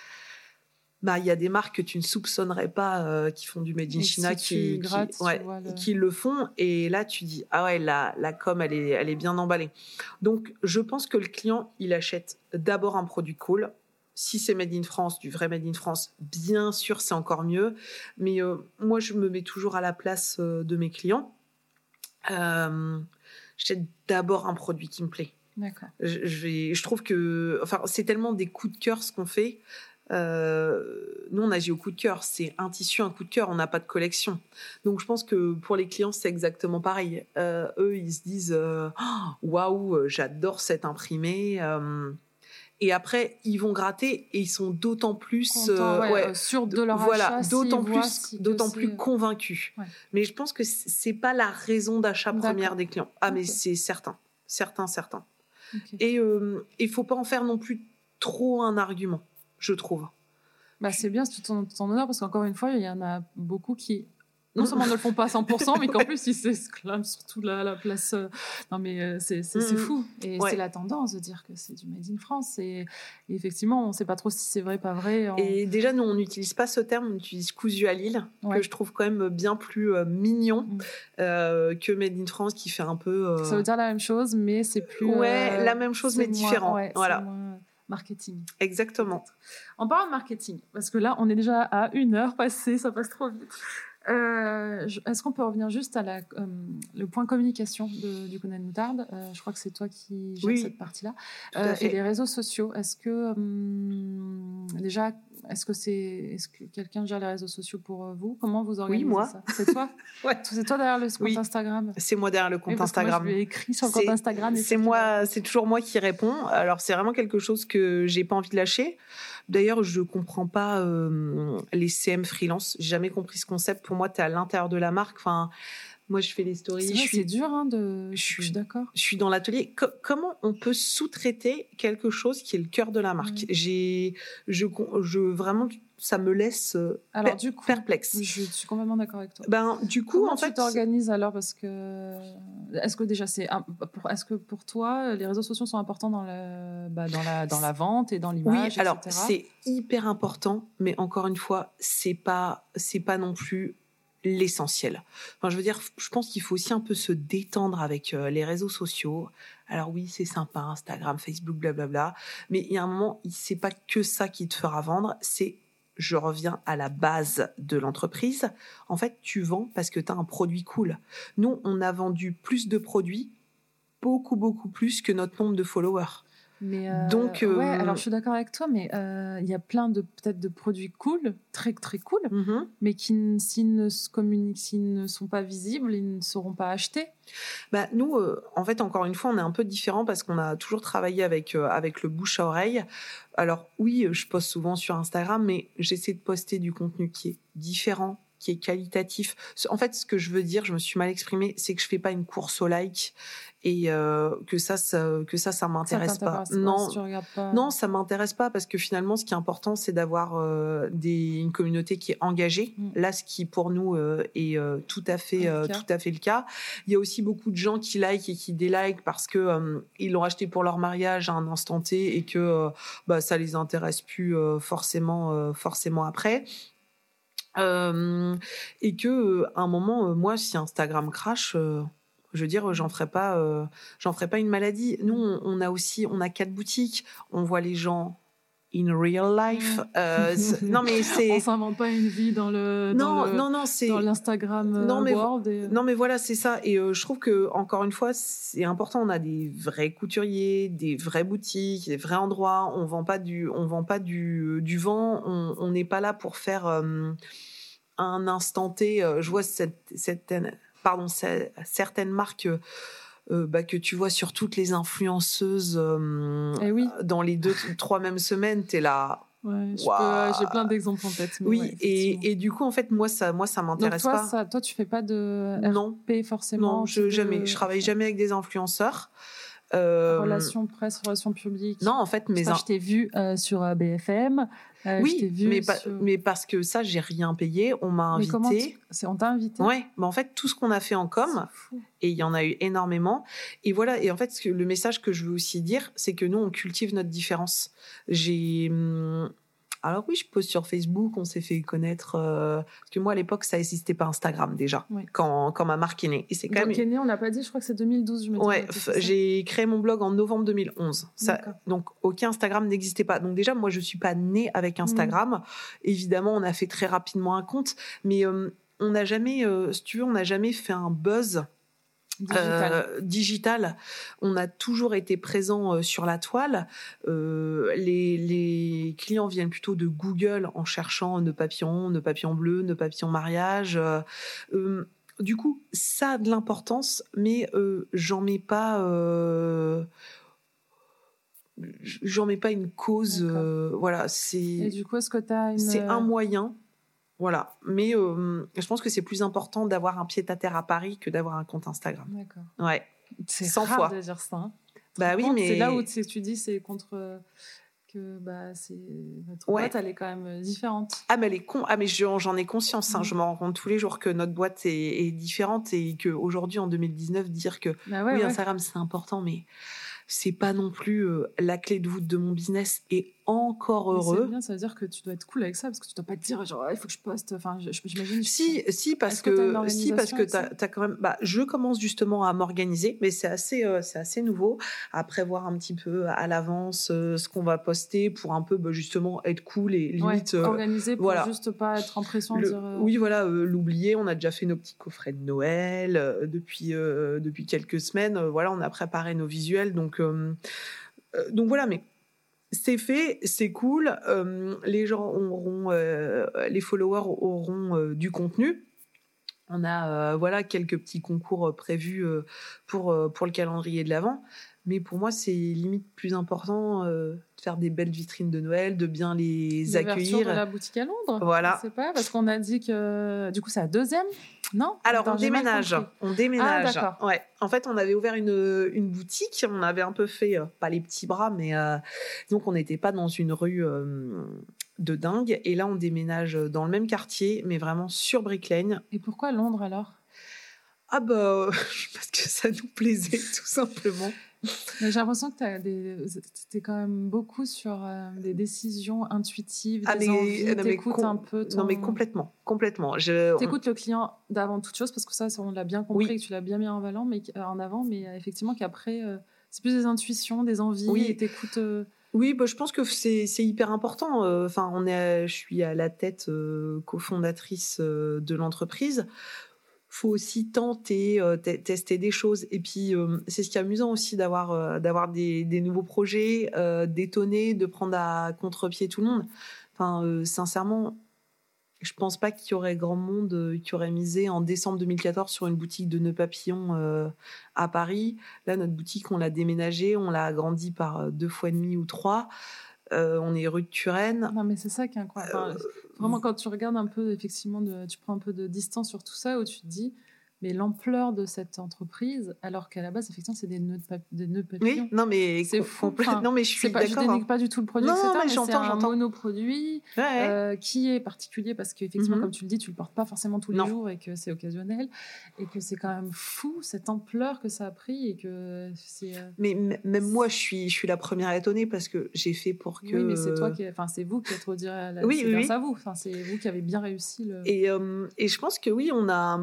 bah, y a des marques que tu ne soupçonnerais pas euh, qui font du Made in China si qui, grattes, qui, ouais, le... qui le font. Et là, tu dis, ah ouais, la, la com, elle est, elle est bien emballée. Donc, je pense que le client, il achète d'abord un produit cool. Si c'est Made in France, du vrai Made in France, bien sûr, c'est encore mieux. Mais euh, moi, je me mets toujours à la place euh, de mes clients. Euh, j'achète d'abord un produit qui me plaît. D'accord. Je, je, vais, je trouve que... Enfin, c'est tellement des coups de cœur ce qu'on fait. Euh, nous on agit au coup de cœur, c'est un tissu, un coup de cœur, on n'a pas de collection. Donc je pense que pour les clients c'est exactement pareil. Euh, eux ils se disent waouh, wow, j'adore cet imprimé. Euh, et après ils vont gratter et ils sont d'autant plus Content, ouais, ouais, euh, sûrs de leur voilà, achat, d'autant si plus, si d'autant plus c'est... convaincus. Ouais. Mais je pense que c'est pas la raison d'achat D'accord. première des clients. Ah okay. mais c'est certain, certain, certain. Okay. Et il euh, et faut pas en faire non plus trop un argument. Je trouve. Bah, c'est bien, c'est tout ton, ton honneur, parce qu'encore une fois, il y en a beaucoup qui, non seulement ne le font pas à cent pour cent, mais qu'en plus, ils s'exclament surtout la, la place. Euh... Non, mais euh, c'est, c'est, c'est fou. Et ouais. c'est la tendance de dire que c'est du Made in France. Et, et effectivement, on ne sait pas trop si c'est vrai, pas vrai. On... Et déjà, nous, on n'utilise pas ce terme, on utilise cousu à Lille, ouais. que je trouve quand même bien plus euh, mignon mm. euh, que Made in France, qui fait un peu. Euh... Ça veut dire la même chose, mais c'est plus. Ouais, euh, la même chose, mais moins, différent. Ouais, voilà. Moins... marketing. Exactement. En parlant de marketing, parce que là, on est déjà à une heure passée, ça passe trop vite. Euh, je, est-ce qu'on peut revenir juste à la, euh, le point communication de, du Colonel Moutarde euh, Je crois que c'est toi qui gères oui, cette partie-là. Tout à Euh, fait. Et les réseaux sociaux, est-ce que hum, déjà, est-ce que c'est, est-ce que quelqu'un gère les réseaux sociaux pour vous? Comment vous organisez oui, moi. ça? C'est toi. Ouais. C'est toi derrière le compte oui. Instagram. C'est moi derrière le compte oui, parce Instagram. Que moi, je lui ai écrit sur le c'est, compte Instagram. Et c'est moi, c'est toujours moi qui réponds. Alors c'est vraiment quelque chose que j'ai pas envie de lâcher. D'ailleurs, je comprends pas euh, les C M freelance. J'ai jamais compris ce concept. Pour moi, tu es à l'intérieur de la marque. Enfin, moi, je fais les stories. C'est, je vrai, suis... c'est dur, hein, de. Je suis, je suis d'accord. Je suis dans l'atelier. Co- comment on peut sous-traiter quelque chose qui est le cœur de la marque? Oui. J'ai, je, je vraiment, ça me laisse alors, per- du coup, perplexe. Je suis complètement d'accord avec toi. Ben, du coup, Comment en tu fait, t'organises alors? Parce que est-ce que déjà c'est pour, est-ce que pour toi les réseaux sociaux sont importants dans la bah, dans la dans la vente et dans l'image? Oui, alors et cetera. C'est hyper important, mais encore une fois, c'est pas c'est pas non plus l'essentiel. Enfin, je veux dire, je pense qu'il faut aussi un peu se détendre avec euh, les réseaux sociaux. Alors oui, c'est sympa, Instagram, Facebook, blablabla, mais il y a un moment, c'est pas que ça qui te fera vendre, c'est je reviens à la base de l'entreprise. En fait, tu vends parce que tu as un produit cool. Nous, on a vendu plus de produits, beaucoup, beaucoup plus que notre nombre de followers. Mais euh, Donc, euh... ouais, alors je suis d'accord avec toi, mais il euh, y a plein de peut-être de produits cool, très très cool, mm-hmm. mais qui s'ils ne se communiquent, s'ils ne sont pas visibles, ils ne seront pas achetés. Bah nous, euh, en fait, encore une fois, on est un peu différent parce qu'on a toujours travaillé avec euh, avec le bouche à oreille. Alors oui, je poste souvent sur Instagram, mais j'essaie de poster du contenu qui est différent, qui est qualitatif. En fait, ce que je veux dire, je me suis mal exprimée, c'est que je fais pas une course au like et euh, que ça, ça, que ça, ça m'intéresse ça pas. Ouais, non, si tu regardes pas... non, ça m'intéresse pas parce que finalement, ce qui est important, c'est d'avoir euh, des, une communauté qui est engagée. Mm. Là, ce qui pour nous euh, est euh, tout à fait, euh, tout à fait le cas. Il y a aussi beaucoup de gens qui like et qui délikent parce que euh, ils l'ont acheté pour leur mariage à un instant T et que euh, bah, ça les intéresse plus euh, forcément, euh, forcément après. Euh, et que euh, à un moment, euh, moi, si Instagram crash, euh, je veux dire, j'en ferai pas, euh, j'en ferai pas une maladie. Nous, on, on a aussi, on a quatre boutiques. On voit les gens in real life. Mmh. Euh, non mais c'est. On s'invente pas une vie dans le. Non, dans le, non, non, c'est. Dans l'Instagram non, mais world. Et... Non mais voilà, c'est ça. Et euh, je trouve que encore une fois, c'est important. On a des vrais couturiers, des vraies boutiques, des vrais endroits. On vend pas du, on vend pas du, du vent. On n'est pas là pour faire euh, un instant T. Euh, je vois cette, cette, pardon, cette, certaines marques. Euh, bah, que tu vois sur toutes les influenceuses euh, eh oui. dans les deux, trois mêmes semaines, t'es là. Ouais, je wow. peux, j'ai plein d'exemples en tête. Mais oui, ouais, et, et du coup, en fait, moi, ça, moi, ça m'intéresse Donc toi, pas. Ça, toi, tu fais pas de non. R P forcément. Non, je, de... jamais. Je travaille jamais avec des influenceurs. Euh... Relations presse, relations publiques. Non, en fait, mes. Ça, je t'ai vu euh, sur B F M. Euh, oui, je t'ai vu mais, sur... pa- mais parce que ça, j'ai rien payé. On m'a invité. Mais comment tu... C'est... On t'a invité. Ouais, mais en fait, tout ce qu'on a fait en com, et il y en a eu énormément. Et voilà. Et en fait, ce que, le message que je veux aussi dire, c'est que nous, on cultive notre différence. J'ai. Alors oui, je poste sur Facebook, on s'est fait connaître. Euh, parce que moi, à l'époque, ça n'existait pas Instagram déjà, oui. quand, quand ma marque est née. Et c'est quand donc, même... est née, on l'a pas dit, je crois que c'est deux mille douze. Je me ouais, f- j'ai créé mon blog en novembre deux mille onze. Ça, donc, aucun Instagram n'existait pas. Donc déjà, moi, je ne suis pas née avec Instagram. Mmh. Évidemment, on a fait très rapidement un compte. Mais euh, on n'a jamais, euh, si tu veux, on n'a jamais fait un buzz Digital. Euh, digital. On a toujours été présent euh, sur la toile. Euh, les, les clients viennent plutôt de Google en cherchant nœud papillon, nœud papillon bleu, nœud papillon mariage. Euh, euh, du coup, ça a de l'importance, mais euh, j'en mets pas. Euh, j'en mets pas une cause. Euh, voilà, c'est. Et du coup, est-ce que tu as une. C'est un moyen. Voilà, mais euh, je pense que c'est plus important d'avoir un pied-à-terre à Paris que d'avoir un compte Instagram. D'accord. Ouais. C'est cent rare fois. De dire ça. Hein. Bah oui, mais c'est là où tu dis c'est contre que bah c'est notre ouais. boîte, elle est quand même différente. Ah mais elle est con. Ah mais j'en ai conscience. Hein. Mmh. Je m'en rends compte tous les jours que notre boîte est, est différente et que aujourd'hui en deux mille dix-neuf dire que bah ouais, oui ouais. Instagram c'est important, mais c'est pas non plus euh, la clé de voûte de mon business et encore heureux. Mais c'est bien, ça veut dire que tu dois être cool avec ça parce que tu dois pas te dire genre il faut que je poste. Enfin, je, j'imagine. Si, si parce que, que si parce que t'as, t'as quand même. Bah, je commence justement à m'organiser, mais c'est assez, euh, c'est assez nouveau à prévoir un petit peu à l'avance euh, ce qu'on va poster pour un peu bah, justement être cool et limite ouais, euh, organiser pour voilà. juste pas être en pression. Le, dire, euh... Oui, voilà, euh, l'oublier. On a déjà fait nos petits coffrets de Noël euh, depuis euh, depuis quelques semaines. Euh, voilà, on a préparé nos visuels, donc euh, euh, donc voilà, mais. C'est fait, c'est cool. Euh, les gens auront, euh, les followers auront euh, du contenu. On a euh, voilà quelques petits concours euh, prévus euh, pour euh, pour le calendrier de l'Avent. Mais pour moi, c'est limite plus important euh, de faire des belles vitrines de Noël, de bien les L'ouverture accueillir. de la boutique à Londres. Voilà. Je sais pas parce qu'on a dit que du coup c'est la deuxième. Non. Alors Attends, on déménage, on déménage. Ah, d'accord. Ouais. En fait, on avait ouvert une une boutique, on avait un peu fait euh, pas les petits bras, mais euh, donc on n'était pas dans une rue euh, de dingue. Et là, on déménage dans le même quartier, mais vraiment sur Brick Lane. Et pourquoi Londres alors ? Ah bah parce que ça nous plaisait tout simplement. Mais j'ai l'impression que t'as des... t'es quand même beaucoup sur euh, des décisions intuitives, ah des mais, envies, non, t'écoutes com- un peu ton... Non mais complètement, complètement. Je... T'écoutes le client d'avant toute chose, parce que ça, on l'a bien compris, oui. que tu l'as bien mis en avant, mais, euh, en avant, mais euh, effectivement qu'après, euh, c'est plus des intuitions, des envies, oui. et t'écoutes... Euh... Oui, bah, je pense que c'est, c'est hyper important. Enfin, on est, je suis à la tête euh, cofondatrice euh, de l'entreprise. Faut aussi tenter, euh, t- tester des choses. Et puis, euh, c'est ce qui est amusant aussi d'avoir, euh, d'avoir des, des nouveaux projets, euh, d'étonner, de prendre à contre-pied tout le monde. Enfin, euh, sincèrement, je pense pas qu'il y aurait grand monde euh, qui aurait misé en décembre deux mille quatorze sur une boutique de nœuds papillons euh, à Paris. Là, notre boutique, on l'a déménagée, on l'a agrandie par deux fois et demi ou trois. Euh, on est rue de Turenne. Non, mais c'est ça qui est incroyable. Enfin, euh, vraiment, quand tu regardes un peu, effectivement, de, tu prends un peu de distance sur tout ça, où tu te dis, mais l'ampleur de cette entreprise, alors qu'à la base, effectivement, c'est des nœuds de, papi- des nœuds papillons. Oui, non, mais c'est com- fou. compl- Enfin, non, mais je suis pas, d'accord. Je dénigre hein. pas du tout le produit, non, et cetera. mais, Mais j'entends, c'est un j'entends. monoproduit ouais, ouais. euh, qui est particulier parce qu'effectivement, Mm-hmm. comme tu le dis, tu le portes pas forcément tous les non. jours et que c'est occasionnel et que c'est quand même fou cette ampleur que ça a pris et que c'est. Euh... Mais m- même moi, je suis, je suis la première étonnée parce que j'ai fait pour que. Oui, mais c'est toi qui, enfin, c'est vous qui êtes redire. La... Oui, c'est oui, grâce oui. à vous. Enfin, c'est vous qui avez bien réussi le. Et, euh, et je pense que oui, on a,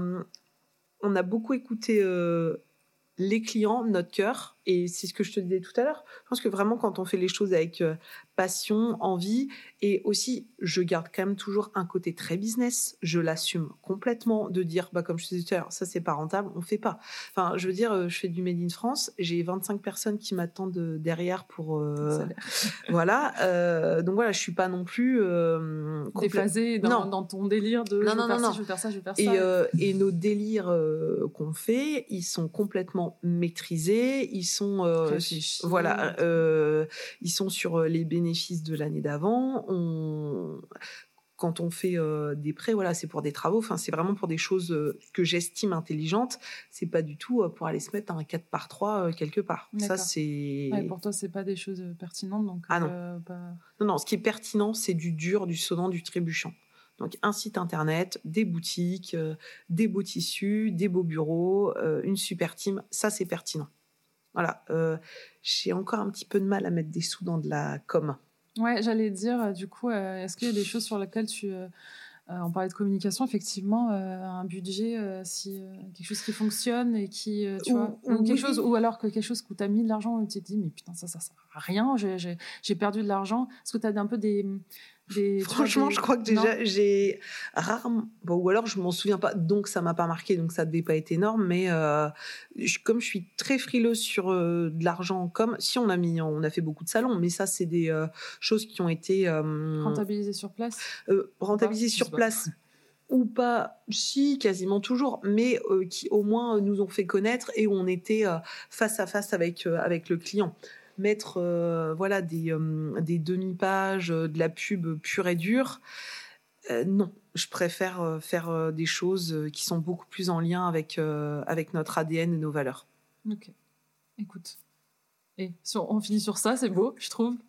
on a beaucoup écouté euh, les clients, notre cœur, et c'est ce que je te disais tout à l'heure. Je pense que vraiment, quand on fait les choses avec euh, passion, envie, et aussi, je garde quand même toujours un côté très business. Je l'assume complètement de dire, bah, comme je te disais tout à l'heure, ça c'est pas rentable, on fait pas. Enfin, je veux dire, euh, je fais du Made in France, j'ai vingt-cinq personnes qui m'attendent derrière pour. Euh, voilà. Euh, donc voilà, je suis pas non plus. Euh, complè- Déphasée dans, dans ton délire de non, je, non, veux non, faire non. ci, je veux faire ça, je veux faire ça. Et, euh, et nos délires euh, qu'on fait, ils sont complètement maîtrisés. Ils sont. Euh, Réfléchis. Voilà. Euh, ils sont sur les bénéfices de l'année d'avant. On. Quand on fait euh, des prêts, voilà, c'est pour des travaux. Enfin, c'est vraiment pour des choses euh, que j'estime intelligentes. C'est pas du tout euh, pour aller se mettre un quatre par trois euh, quelque part. D'accord. Ça, c'est. Ouais, pour toi, c'est pas des choses pertinentes, donc. Ah non. Euh, pas... Non, non. Ce qui est pertinent, c'est du dur, du sonnant, du trébuchant. Donc, un site internet, des boutiques, euh, des beaux tissus, des beaux bureaux, euh, une super team. Ça, c'est pertinent. Voilà. Euh, j'ai encore un petit peu de mal à mettre des sous dans de la com. Ouais, j'allais dire, du coup, euh, est-ce qu'il y a des choses sur lesquelles tu... Euh, euh, on parlait de communication, effectivement, euh, un budget, euh, si, euh, quelque chose qui fonctionne et qui, euh, tu ou, vois, ou, ou, quelque oui. chose, ou alors que quelque chose où tu as mis de l'argent et tu te dis, mais putain, ça, ça sert à rien, j'ai, j'ai, j'ai perdu de l'argent. Est-ce que tu as un peu des... Des, Franchement, vois, des... je crois que déjà, j'ai rarement... Bon, ou alors, je m'en souviens pas, donc ça m'a pas marqué, donc ça devait pas être énorme, mais euh, je, comme je suis très frileuse sur euh, de l'argent, comme si on a mis, on a fait beaucoup de salons, mais ça, c'est des euh, choses qui ont été... Euh, rentabilisées sur place euh, Rentabilisées sur place ou pas, si, quasiment toujours, mais euh, qui au moins nous ont fait connaître et où on était euh, face à face avec, euh, avec le client. Mettre euh, voilà des, euh, des demi-pages, euh, de la pub pure et dure, euh, non. Je préfère euh, faire euh, des choses euh, qui sont beaucoup plus en lien avec, euh, avec notre A D N et nos valeurs. Ok. Écoute. Et sur, on finit sur ça, c'est beau, je trouve.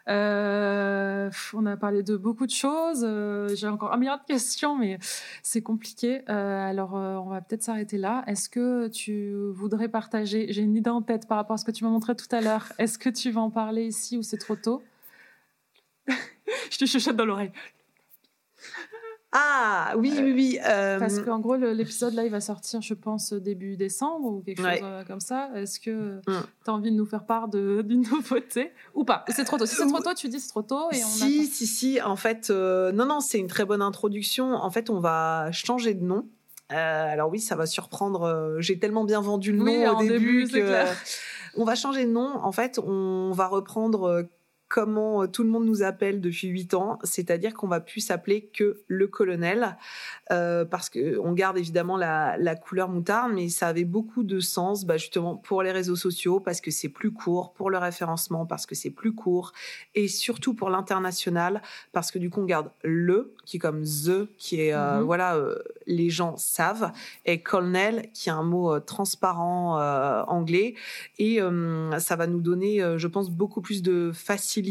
Euh, on a parlé de beaucoup de choses. Euh, j'ai encore un milliard de questions, mais c'est compliqué. Euh, alors, euh, on va peut-être s'arrêter là. Est-ce que tu voudrais partager? J'ai une idée en tête par rapport à ce que tu m'as montré tout à l'heure. Est-ce que tu vas en parler ici ou c'est trop tôt? Je te chuchote dans l'oreille. Ah, oui, oui, oui. Euh... Parce qu'en gros, le, l'épisode, là, il va sortir, je pense, début décembre ou quelque ouais. chose euh, comme ça. Est-ce que mm. tu as envie de nous faire part de, d'une nouveauté ou pas? C'est trop tôt. Si c'est trop tôt, tu dis c'est trop tôt. Et on si, attend. si, si. En fait, euh, non, non, c'est une très bonne introduction. En fait, on va changer de nom. Euh, alors oui, ça va surprendre. Euh, j'ai tellement bien vendu le oui, nom au début, début que c'est clair. On va changer de nom. En fait, on va reprendre euh, comment tout le monde nous appelle depuis huit ans, c'est-à-dire qu'on va plus s'appeler que le colonel, euh, parce qu'on garde évidemment la, la couleur moutarde, mais ça avait beaucoup de sens bah, justement pour les réseaux sociaux, parce que c'est plus court, pour le référencement, parce que c'est plus court, et surtout pour l'international, parce que du coup on garde le, qui est comme the, qui est, euh, mm-hmm. voilà, euh, les gens savent, et colonel, qui est un mot euh, transparent euh, anglais, et euh, ça va nous donner, euh, je pense, beaucoup plus de facilité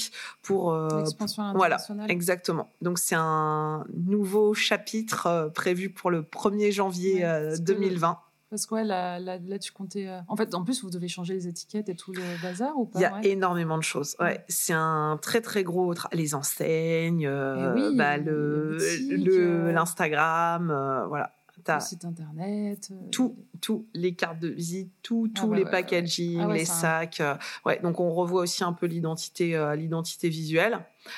pour euh, l'expansion internationale. Voilà, exactement. Donc c'est un nouveau chapitre euh, prévu pour le premier janvier ouais, euh, deux mille vingt. Que, parce que ouais, là, là, là tu comptais. Euh... En fait, en plus, vous devez changer les étiquettes et tout le bazar ou pas? Il y a ouais. énormément de choses. Ouais, ouais. C'est un très très gros tra... les enseignes, euh, oui, bah, le, boutiques, le euh... l'Instagram, euh, voilà. T'as le site internet, euh... tout, tout, les cartes de visite, tout, tous ah bah les ouais, packaging, ouais. Ah ouais, les sacs. Un... Euh, ouais, donc on revoit aussi un peu l'identité, euh, l'identité visuelle.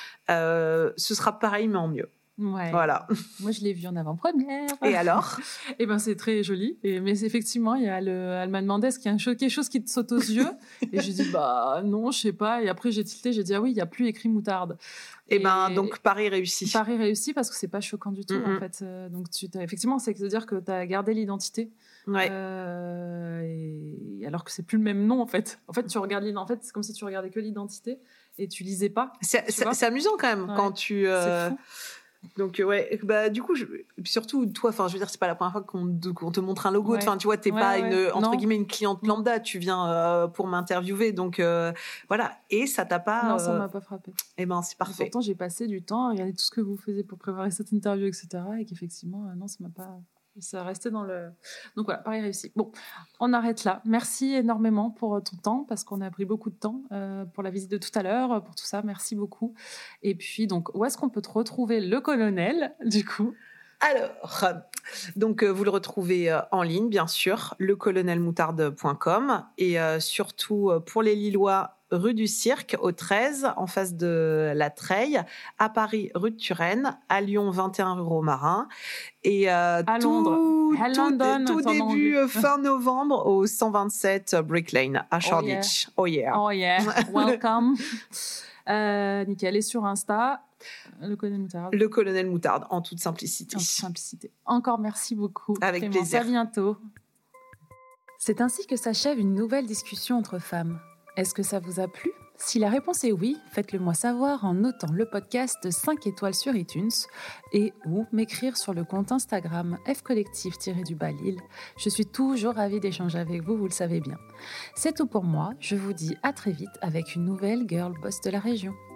Euh, ce sera pareil mais en mieux. Ouais. Voilà. Moi, je l'ai vu en avant-première. Et alors? Eh ben, c'est très joli. Et, mais effectivement, il y a le, elle m'a demandé est-ce qu'il y a quelque chose qui te saute aux yeux. Et j'ai dit, bah, non, je sais pas. Et après, j'ai tilté, j'ai dit, ah oui, il n'y a plus écrit moutarde. Et, et ben, donc, Paris réussi. Paris réussi parce que c'est pas choquant du tout, mm-hmm. en fait. Donc, tu t'as, effectivement, c'est de dire que tu as gardé l'identité. Ouais. Euh, et, alors que c'est plus le même nom, en fait. En fait, tu regardes, en fait, c'est comme si tu regardais que l'identité et tu lisais pas. C'est, c'est, c'est amusant quand même ouais. quand tu. Euh... C'est fou. Donc ouais, bah du coup, je... surtout toi, enfin, je veux dire, c'est pas la première fois qu'on, qu'on te montre un logo. Enfin, ouais. tu vois, t'es ouais, pas ouais. une entre non. guillemets une cliente lambda. Tu viens euh, pour m'interviewer, donc euh, voilà. Et ça t'a pas Non, euh... ça m'a pas frappé. Eh ben, c'est parfait. Et pourtant, j'ai passé du temps à regarder tout ce que vous faisiez pour préparer cette interview, et cetera. Et qu'effectivement, euh, non, ça m'a pas. Ça restait dans le. Donc voilà, Paris réussi. Bon, on arrête là. Merci énormément pour ton temps, parce qu'on a pris beaucoup de temps euh, pour la visite de tout à l'heure, pour tout ça. Merci beaucoup. Et puis, donc, où est-ce qu'on peut te retrouver, le colonel, du coup? Alors, donc euh, vous le retrouvez euh, en ligne, bien sûr, le colonel moutarde point com, et euh, surtout euh, pour les Lillois, rue du Cirque, au treize, en face de la Treille, à Paris, rue de Turenne, à Lyon, vingt et un rue Romarin, et euh, à tout, Londres, à tout, London, tout début euh, fin novembre au cent vingt-sept Brick Lane à Shoreditch. Oh yeah, oh yeah, oh yeah. Welcome. euh, nickel, et sur Insta, le colonel Moutarde. Le colonel Moutarde, en toute simplicité. En toute simplicité. Encore merci beaucoup. Avec Clémence, plaisir. À bientôt. C'est ainsi que s'achève une nouvelle discussion entre femmes. Est-ce que ça vous a plu? Si la réponse est oui, faites-le moi savoir en notant le podcast cinq étoiles sur iTunes et ou m'écrire sur le compte Instagram f collectif-du-bas Lille. Je suis toujours ravie d'échanger avec vous, vous le savez bien. C'est tout pour moi, je vous dis à très vite avec une nouvelle Girl Boss de la région.